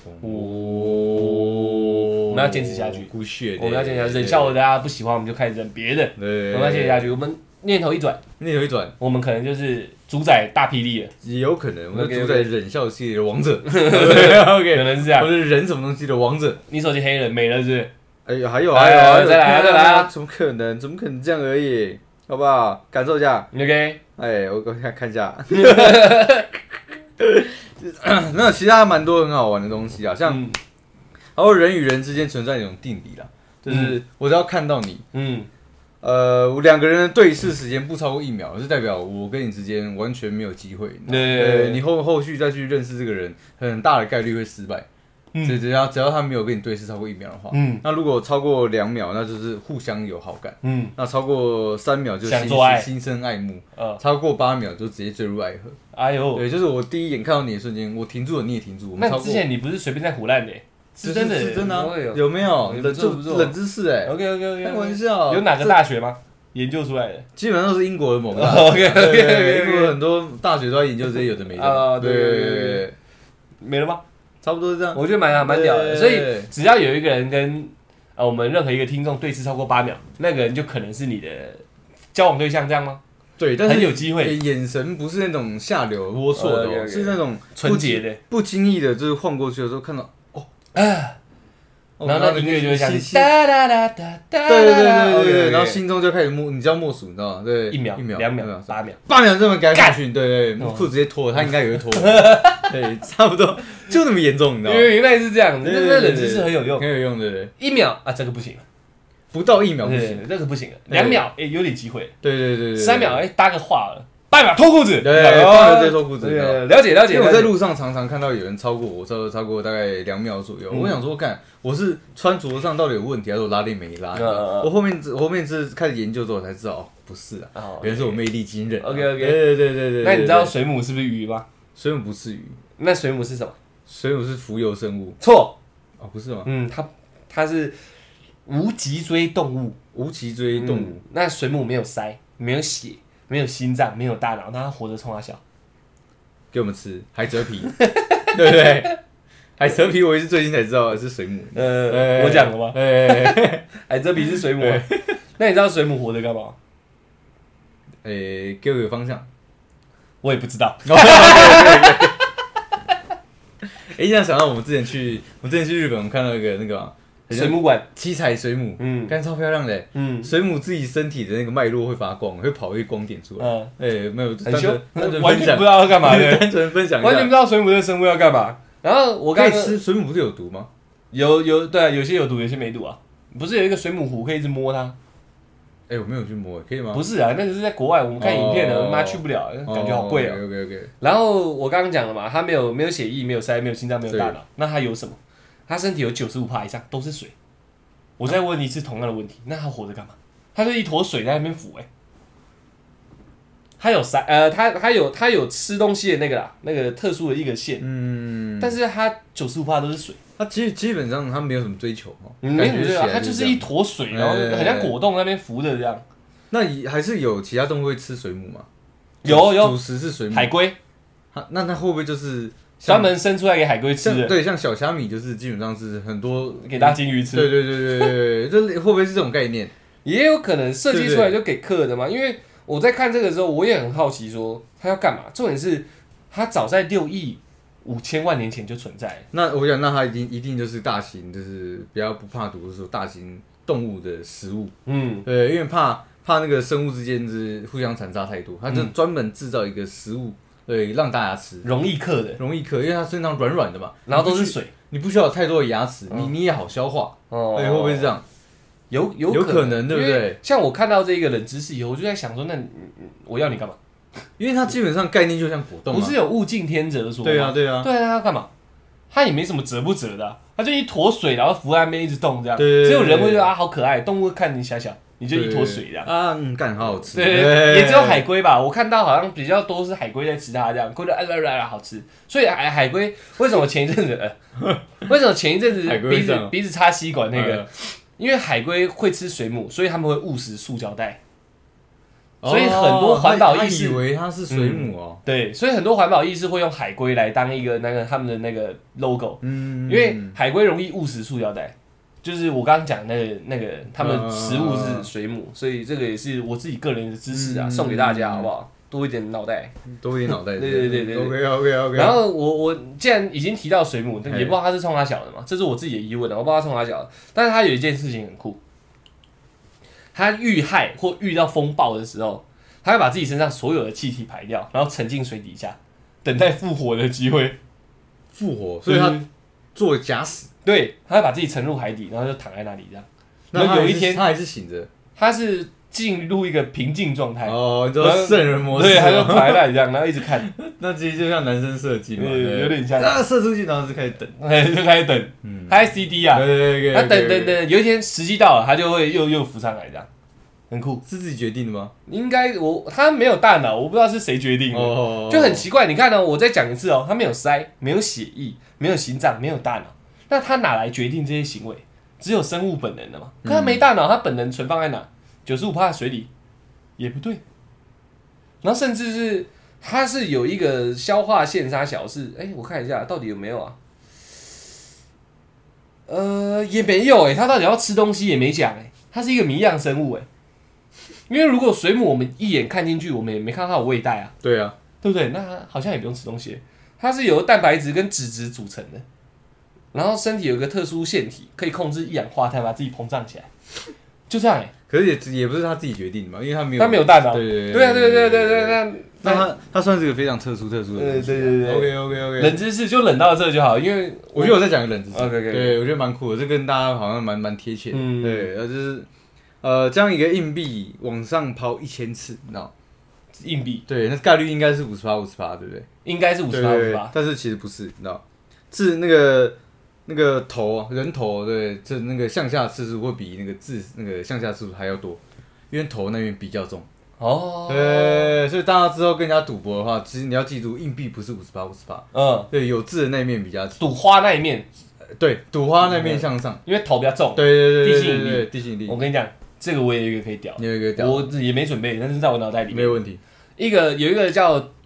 我们要坚持下去，我们要坚持下去，忍笑话大家不喜欢，我们就开始忍别的。我们要坚持下去，我们念头一转，我们可能就是主宰大霹雳了， 也有可能，我们主宰忍笑系列的王者， 可能是这样， 或者忍什么东西的王者。 你手机黑了没了是不是？ 哎呦，还有， 再来！ 怎么可能这样而已？好不好？感受一下。 OK。 我看一下。那其他蛮多很好玩的东西啊，像，然后人与人之间存在一种定理啦，就是我只要看到你，我2个人的对视时间不超过1秒，是代表我跟你之间完全没有机会。对，你后续再去认识这个人，很大的概率会失败。只要他没有跟你对视超过1秒的话，那如果超过2秒，那就是互相有好感，那超过3秒就心生爱慕，超过8秒就直接坠入爱河。 哎呦， 对，就是我第一眼看到你的瞬间，我停住了，你也停住。 那之前你不是随便在唬烂的？是真的， 有没有？冷知识 OK， 开玩笑。 有哪个大学吗？研究出来的？ 基本上都是英国的某个大学。英国很多大学都在研究这些有的没的。对， 没了吗？ 差不多是这样， 我觉得蛮屌的，所以只要有一个人跟我们任何一个听众对视超过8秒，那个人就可能是你的交往对象，这样吗？ 对，但是很有机会。 眼神不是那种下流龌龊的，是那种纯洁的， 不经意的，就是晃过去的时候看到然后那音乐就会响起， 对，然后心中就开始你知道默数，你知道吗？对 ，1秒、2秒、8秒 ，8秒这么赶下去，对，裤子直接脱了，他应该也会脱，对，差不多就那么严重，你知道吗？ 原来是这样，那冷知识很有用， 很有用的。 1秒啊，这个不行， 不到1秒不行， 这个不行，2秒有点机会， 对 ，3秒搭个话了。8秒脱裤子， 对，8秒直接脱裤子。 了解。因为我在路上常常看到有人超过我，超过大概2秒左右。我想说，看我是穿着上到底有问题，还是我拉链没拉？我后面是开始研究之后才知道，不是啊，原来是我魅力惊人。 OK， 对。 那你知道水母是不是鱼吗？ 水母不是鱼， 那水母是什么？ 水母是浮游生物。 错， 不是吗？ 它是无脊椎动物。 那水母没有鳃，没有血。没有心脏，没有大脑，那它活着冲它笑。 给我们吃海蜇皮，对不对？海蜇皮我也是最近才知道是水母。 我讲了吗？海蜇皮是水母。那你知道水母活着干嘛？ 给我个方向。 我也不知道。 这样想到我们之前去日本，我们看到一个那个水母馆， 七彩水母，看超漂亮的，水母自己身体的那个脉络会发光，会跑一个光点出来，没有， 很凶，完全不知道要干嘛的， 单纯分享， 完全不知道水母这个生物要干嘛。然后我刚可以吃水母，不是有毒吗？ 有，对啊，有些有毒，有些没毒啊。不是有一个水母湖可以一直摸它？ 我没有去摸，可以吗？ 不是啊，那个是在国外，我们看影片的，妈去不了，感觉好贵啊。 OK。 然后我刚刚讲了嘛，它没有血液，没有鳃，没有心脏，没有大脑，那它有什么？它身体有95%以上都是水。我再问一次同样的问题，那它活着干嘛？它就一坨水在那边浮，它有它有吃东西的那个啦，那个特殊的一个线，但是它95%都是水。 它基本上它没有什么追求没什么追求，它就是一坨水，然后很像果冻那边浮的这样。 那还是有其他动物会吃水母吗？ 有， 主食是水母， 海龟。 那会不会就是专门生出来给海龟吃的？ 对，像小虾米就是基本上是很多给大金鱼吃。 对，这会不会是这种概念？ 也有可能设计出来就给客的嘛。因为我在看这个时候，我也很好奇，说他要干嘛？重点是，他早在6亿5千万年前就存在。 那我想，那它一定就是大型，就是比较不怕毒的时候，大型动物的食物。对，因为怕那个生物之间是互相残杀太多，它就专门制造一个食物，对，让大家吃， 容易嗑，因为它身上软软的嘛， 然后都是水， 你不需要有太多的牙齿，你也好消化。对，会不会是这样？有可能，对不对？ 像我看到这个冷知识以后，我就在想说，那我要你干嘛？ 因为它基本上概念就像果冻， 不是有物竞天择说吗？ 对啊， 它要干嘛？它也没什么折不折的，它就一坨水，然后浮在那边一直动这样。 只有人会觉得好可爱，动物看你小小，你就一坨水这样啊，干好好吃。 对，也只有海龟吧，我看到好像比较多是海龟在吃它这样，觉得好吃。所以海龟为什么前一阵子鼻子插吸管那个？因为海龟会吃水母，所以他们会误食塑胶袋。所以很多环保意识以为它是水母哦。 对，所以很多环保意识会用海龟来当一个他们的那个 logo。因为海龟容易误食塑胶袋，就是我刚刚讲那个他们食物是水母，所以这个也是我自己个人的知识啊，送给大家好不好？多一点脑袋， 对。 OK。然后我既然已经提到水母，也不知道它是冲它小的嘛，这是我自己的疑问的，我不知道它冲它小的，但是它有一件事情很酷。它遇害或遇到风暴的时候，它会把自己身上所有的气体排掉，然后沉进水底下，等待复活的机会。 复活，所以它做假死。 对，它会把自己沉入海底，然后就躺在那里这样。 然后有一天，它还是醒着。 它是进入一个平静状态。 你知道圣人模式。 对，它就躺在那里这样，然后一直看。 那其实就像男生射击嘛， 有点像。 射出去，然后就开始等。 就开始等。他在 CD 啊。 对。 他等，有一天时机到了，他就会又浮上来这样。很酷， 是自己决定的吗？ 应该他没有大脑，我不知道是谁决定的，就很奇怪。你看我再讲一次他没有鳃，没有血液，没有心脏，没有大脑，那他哪来决定这些行为？只有生物本能的嘛。可他没大脑，他本能存放在哪？95%水里也不对。然后甚至是他是有一个消化腺杀小是，我看一下到底有没有啊？也没有他到底要吃东西也没讲它是一个谜样生物因为如果水母我们一眼看进去，我们也没看到它有胃袋啊。 对啊， 对不对？那它好像也不用吃东西，它是由蛋白质跟脂质组成的，然后身体有一个特殊腺体，可以控制一氧化碳把自己膨胀起来，就这样可是也不是他自己决定的嘛，因为他没有大脑。 对，那他算是个非常特殊的东西。 对。 OK。 冷知识就冷到这就好，因为我觉得我在讲个冷知识。 OK。 对，我觉得蛮酷的，这跟大家好像蛮贴切的。对，就是将一个硬币往上抛1000次，你知道？ 硬币。 对，那概率应该是50%，对不对？ 应该是50%。 但是其实不是，你知道？是那个头人头，对，这那个向下次数会比那个向下次数还要多，因为头那边比较重。对，所以大家之后跟人家赌博的话，其实你要记住，硬币不是50%。对，有字的那一面比较轻。 赌花那一面。 对，赌花那面向上， 因为头比较重。 对， 地心引力。我跟你讲，这个我也有一个可以屌。 你有一个屌， 我也没准备，但是在我脑袋里面没有问题。 有一个叫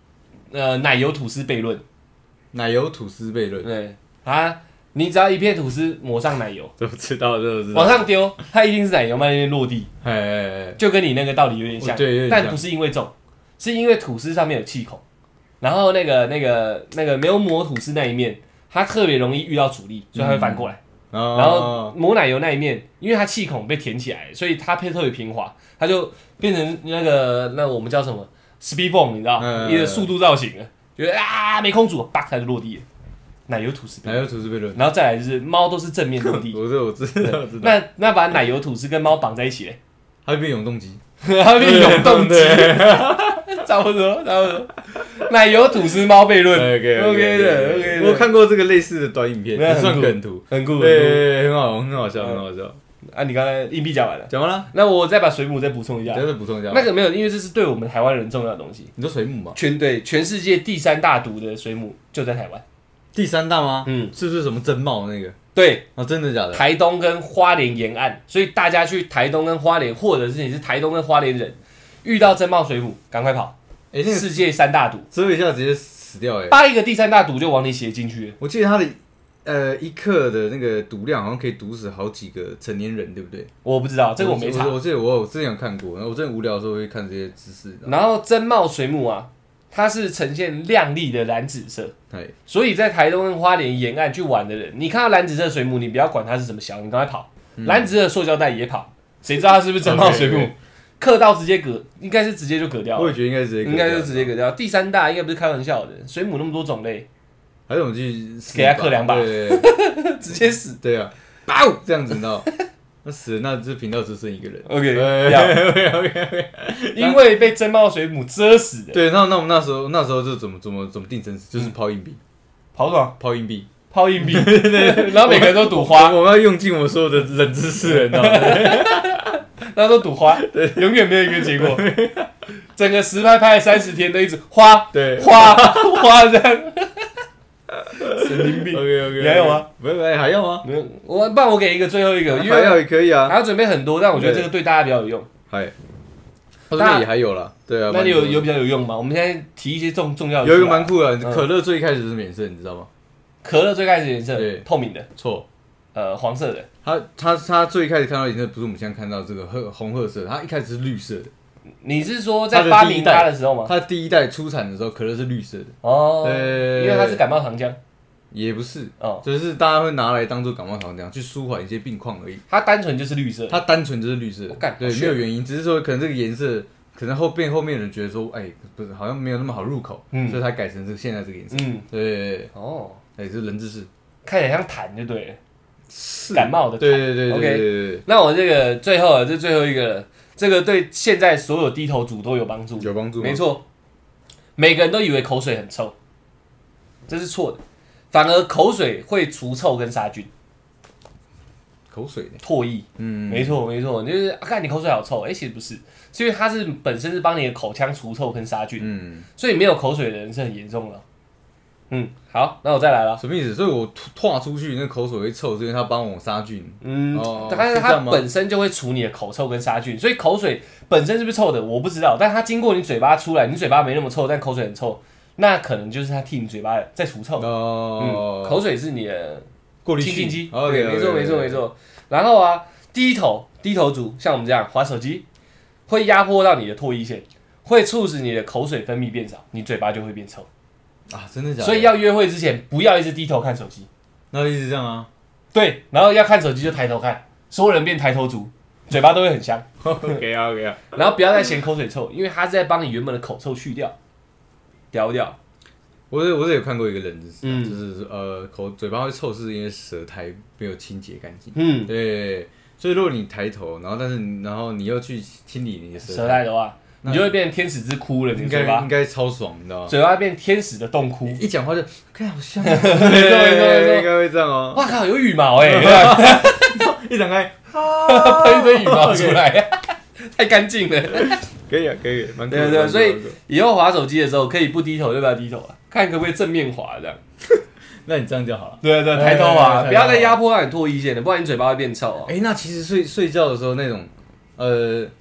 奶油吐司悖论。 奶油吐司悖论。 对啊，你只要一片吐司抹上奶油， 这我知道， 往上丢，它一定是奶油慢慢落地。 哎， 就跟你那个道理有点像， 对， 但不是因为重，是因为吐司上面有气孔，然后那个没有抹吐司那一面，它特别容易遇到阻力，所以它会翻过来。然后抹奶油那一面，因为它气孔被填起来，所以它特别平滑，它就变成那我们叫什么 speed bone， 你知道，一个速度造型的，觉得啊没空阻，叭它就落地了。奶油吐司悖论，然后再来就是猫都是正面落地。 我知道。 那把奶油吐司跟猫绑在一起嘞， 它会变永动机， 它变永动机，差不多。奶油吐司猫悖论 ，OK 的。 我看过这个类似的短影片，算梗图， 很酷， 对，很好笑。 啊，你刚才硬币讲完了， 讲完了， 那我再把水母再补充一下。 再补充一下。 那个没有，因为这是对我们台湾人重要的东西。 你说水母吗？ 全世界第3大毒的水母就在台湾。 第3大吗？是不是什么真茂那个？ 对， 真的假的？ 台东跟花莲沿岸，所以大家去台东跟花莲，或者是你是台东跟花莲人，遇到真茂水母，赶快跑！那个世界3大毒， 遮一下直接死掉扒一个第3大毒就往你血进去了。 我记得它的1克的那个毒量好像可以毒死好几个成年人，对不对？ 我不知道，这个我没查。 我记得我之前有看过，我真的无聊的时候会看这些知识。 然后真茂水母啊，它是呈现亮丽的蓝紫色，所以在台东跟花莲沿岸去玩的人，你看到蓝紫色水母，你不要管它是什么小，你赶快跑。蓝紫色的塑胶袋也跑，谁知道它是不是真茂水母？克到直接割，应该是直接就割掉了。 我也觉得应该就直接割掉。第3大应该不是开玩笑的，水母那么多种类， 还是我们去给它克2把，直接死。 对啊，这样子你知道。那死了，那这频道只剩一个人。 OK， 因为被真茂水母蛰死的。 对，那我们那时候就怎么定生死，就是抛硬币， 抛什么？ 抛硬币， 然后每个人都赌花， 我们要用尽我所有的冷知识，你知道吗？ 大家都赌花，永远没有一个结果。整个实拍拍30天都一直花这样。神经病。 OK， 你还有吗？ 不是，还要吗？ 没有，不然我给一个最后一个， 还要也可以啊。 还要准备很多，但我觉得这个对大家比较有用。 那也还有啦，对啊。 那你有比较有用吗？我们现在提一些重要的。 有一个蛮酷的，可乐最开始是什么颜色，你知道吗？ 可乐最开始颜色透明的， 错， 黄色的。 它最开始看到颜色不是我们现在看到这个红褐色，它一开始是绿色的。 你是说在发明它的时候吗？ 它第1代出产的时候，可乐是绿色的。 因为它是感冒糖浆。 也不是，就是大家会拿来当做感冒糖这样去舒缓一些病况而已。 它单纯就是绿色， 对，没有原因，只是说可能这个颜色，可能后面的人觉得说，不是，好像没有那么好入口，所以才改成现在这个颜色。对，是人知识， 看起来像痰就对了，是感冒的痰。 对。 OK， 那我这个最后一个了，这个对现在所有低头族都有帮助，没错。每个人都以为口水很臭，这是错的。反而口水会除臭跟杀菌， 口水唾液，没错，就是看你口水好臭，其实不是，是因为它本身是帮你的口腔除臭跟杀菌，所以没有口水的人是很严重的。好，那我再来了， 什么意思？所以我吐出去那口水会臭，是因为它帮我杀菌。 但是它本身就会除你的口臭跟杀菌，所以口水本身是不是臭的我不知道，但它经过你嘴巴出来，你嘴巴没那么臭，但口水很臭。那可能就是它替你嘴巴在除臭。口水是你的清净机。对，没错。然后啊，低头族像我们这样滑手机，会压迫到你的唾液腺，会促使你的口水分泌变少，你嘴巴就会变臭。 真的假的？ 所以要约会之前不要一直低头看手机。 那一直这样啊？ 对，然后要看手机就抬头看，所有人变抬头族，嘴巴都会很香。 OK 啊。 然后不要再嫌口水臭，因为它是在帮你原本的口臭去掉。屌不屌？ 我有看过一个人就是嘴巴会臭，是因为舌苔没有清洁干净。对，所以如果你抬头，然后你又去清理你的舌苔的话，你就会变成天使之窟了。你嘴巴应该超爽，你知道吗？ 嘴巴变天使的洞窟， 一讲话就看好香。 没错， 应该会这样哦。 哇靠，有羽毛一展开， 喷一堆羽毛出来，太干净了。 可以，蛮对，所以以后滑手机的时候可以不低头就不要低头啊，看可不可以正面滑这样。 那你这样就好了。 对，抬头滑，不要再压迫到你唾液腺了，不然你嘴巴会变臭。 那其实睡觉的时候那种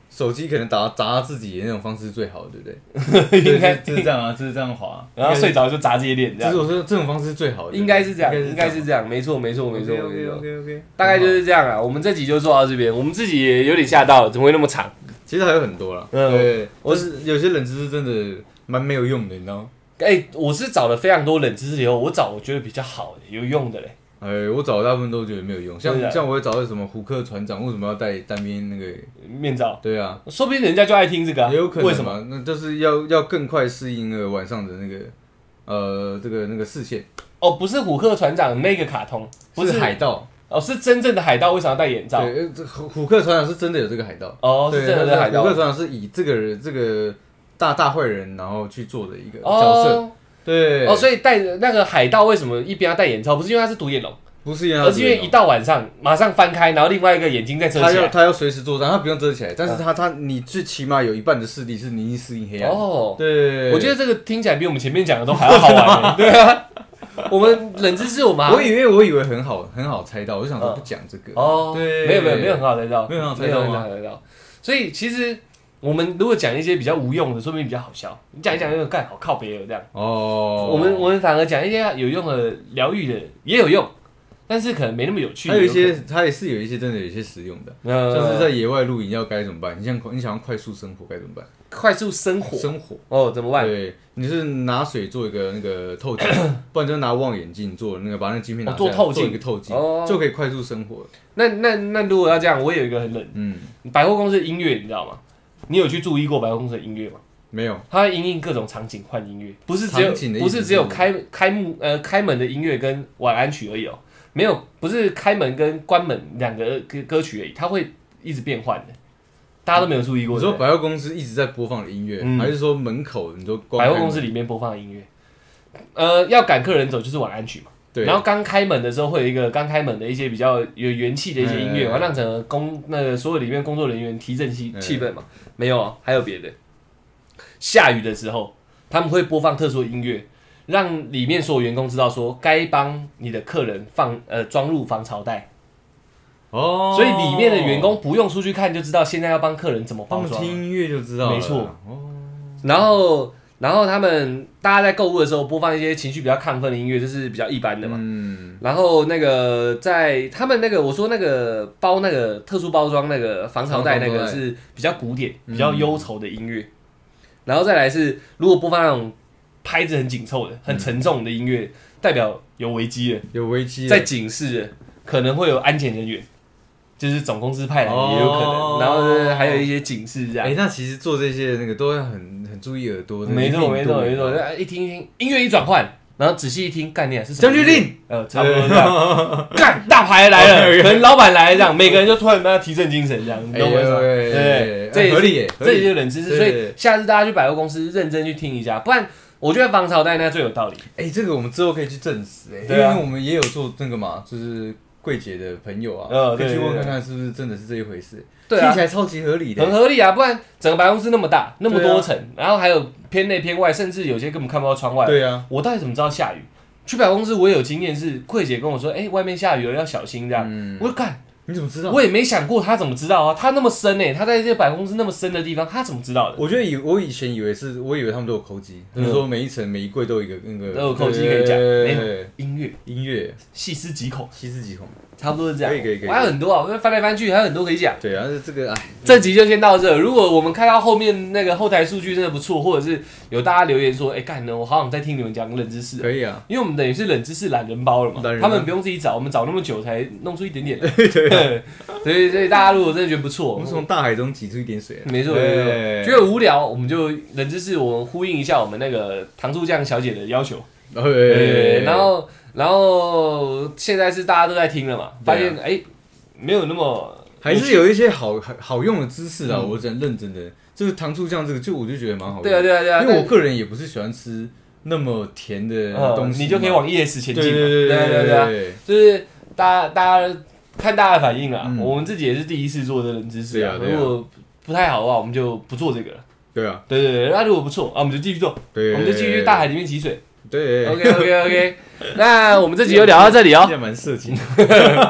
手机可能砸自己的那种方式最好的，对不对？应该就是这样啊，就是这样滑， 然后睡着就砸自己脸，这样。 就是我说这种方式是最好的， 应该是这样，应该是这样，没错，大概就是这样啊。我们这集就做到这边，我们自己也有点吓到了，怎么会那么长？ 其实还有很多啦，对，有些冷知识真的蛮没有用的，你知道吗？ 我是找了非常多冷知识以后，我找我觉得比较好的、有用的嘞。 我找的大部分都觉得没有用，像我会找的什么虎克船长为什么要戴单边那个面罩？ 对啊， 说不定人家就爱听这个啊， 也有可能。 为什么？ 那就是要更快适应那个晚上的那个那个视线。 哦，不是虎克船长那个卡通，不是海盗。 哦，是真正的海盗，为什么要戴眼罩？ 对，虎克船长是真的有这个海盗。 哦，是真的海盗。 虎克船长是以这个大坏人然后去做的一个角色。对。 所以戴那个海盗为什么一边要戴眼罩？不是因为他是独眼龙， 不是因为， 而是因为一到晚上马上翻开，然后另外一个眼睛再遮起来。 他要随时作战，他不用遮起来，但是你最起码有一半的视力是你已经适应黑暗。哦，对。 我觉得这个听起来比我们前面讲的都还要好玩。对啊。我们冷知识，我以为很好猜到，我就想说不讲这个。 哦，对，没有很好猜到， 没有很好猜到吗？ 所以其实我们如果讲一些比较无用的，说不定比较好笑。你讲一讲那个干好靠北了这样。哦，我们反而讲一些有用的疗愈的也有用，但是可能没那么有趣。 还有一些，它也是有一些真的有一些实用的，像是在野外露营要该怎么办？你想要快速生活该怎么办？ 快速生活怎么办？ 对，你是拿水做一个那个透镜，不然就拿望远镜做那个把那个镜片拿做透镜， 做一个透镜，就可以快速生活。 那如果要这样，我有一个很冷，百货公司的音乐你知道吗？你有去注意过百货公司的音乐吗？ 没有， 它会因应各种场景换音乐，不是只有开门的音乐跟晚安曲而已哦，没有，不是开门跟关门两个歌曲而已，它会一直变换的。大家都没有注意过。 你说百货公司一直在播放的音乐，还是说门口你说百货公司里面播放的音乐？要赶客人走就是晚安曲嘛。对。然后刚开门的时候会有一个刚开门的一些比较有元气的一些音乐，让整个那个所有里面工作人员提振气氛嘛。没有啊，还有别的。下雨的时候他们会播放特殊的音乐，让里面所有员工知道说该帮你的客人装入防潮袋。哦，所以里面的员工不用出去看就知道现在要帮客人怎么包装， 他们听音乐就知道了。 没错。哦。然后他们大家在购物的时候播放一些情绪比较亢奋的音乐，这是比较一般的嘛。然后那个在他们那个我说那个包那个特殊包装那个防潮袋那个是比较古典、比较忧愁的音乐。然后再来是如果播放那种拍子很紧凑的、很沉重的音乐，代表有危机了，在警示了，可能会有安检人员。就是总公司派来的也有可能，然后还有一些警示这样。 那其实做这些那个都要很注意耳朵的。 没错，一听音乐一转换，然后仔细一听，干你是将军令， 差不多这样。干大牌来了，可能老板来了这样，每个人就突然要提振精神这样，你懂我意思吗？对，这合理， 这也是冷知识，所以下次大家去百货公司认真去听一下，不然我觉得防潮袋那最有道理。 这个我们之后可以去证实，因为我们也有做那个嘛，就是。柜姐的朋友啊，可以去问看看是不是真的是这一回事。对啊，听起来超级合理的， 很合理啊！不然整个百货公司那么大，那么多层，然后还有偏内偏外，甚至有些根本看不到窗外。 对啊， 我到底怎么知道下雨？去百货公司我也有经验，是柜姐跟我说，外面下雨了，要小心这样。我就干， 你怎么知道？ 我也没想过他怎么知道啊，他那么深他在这个百货公司那么深的地方，他怎么知道的？ 我觉得我以前以为他们都有抠机，就是说每一层每一柜都有一个那个都有抠机可以讲。音乐细思极恐，差不多是这样。 可以。 我还有很多啊，我翻来翻去还有很多可以讲。 对啊，这个这集就先到这。如果我们看到后面那个后台数据真的不错，或者是有大家留言说，干呢，我好想再听你们讲冷知识。 可以啊， 因为我们等于是冷知识懒人包了嘛，他们不用自己找，我们找那么久才弄出一点点。对，所以大家如果真的觉得不错， 我们从大海中挤出一点水。 没错。觉得无聊，我们就冷知识，我们呼应一下我们那个糖醋酱小姐的要求。然后现在是大家都在听了嘛，发现没有那么， 还是有一些好用的知识啊，我很认真的。这个糖醋酱这个我就觉得蛮好用。 对啊， 因为我个人也不是喜欢吃那么甜的东西， 你就可以往 ES 前进。 对， 就是大家看大家的反应啦。我们自己也是第一次做的冷知识啊，如果不太好的话，我们就不做这个了。 对啊， 对，那如果不错我们就继续做，我们就继续大海里面挤水。 对 ，OK， 那我们这集就聊到这里哦。 也蛮色情。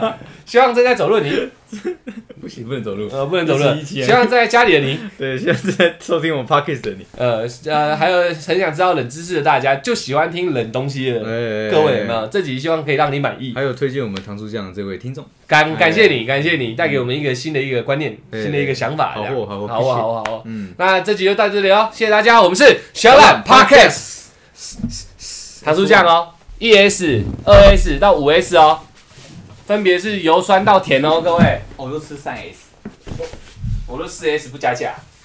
希望正在走路的你， 不行，不能走路， 不能走路。 17 希望在家里的你， 对，现在在收听我们 podcast 的你， 还有很想知道冷知识的大家，就喜欢听冷东西的各位有没有？这集希望可以让你满意。 还有推荐我们糖醋酱的这位听众， 感谢你带给我们一个新的一个观念，新的一个想法。 好货， 好。那这集就到这里哦，谢谢大家，我们是小懒 Podcast， 糖醋酱哦，1S、2S 到5S 哦。分别是由酸到甜哦，各位。 我都吃3S， 我都4S 不加价。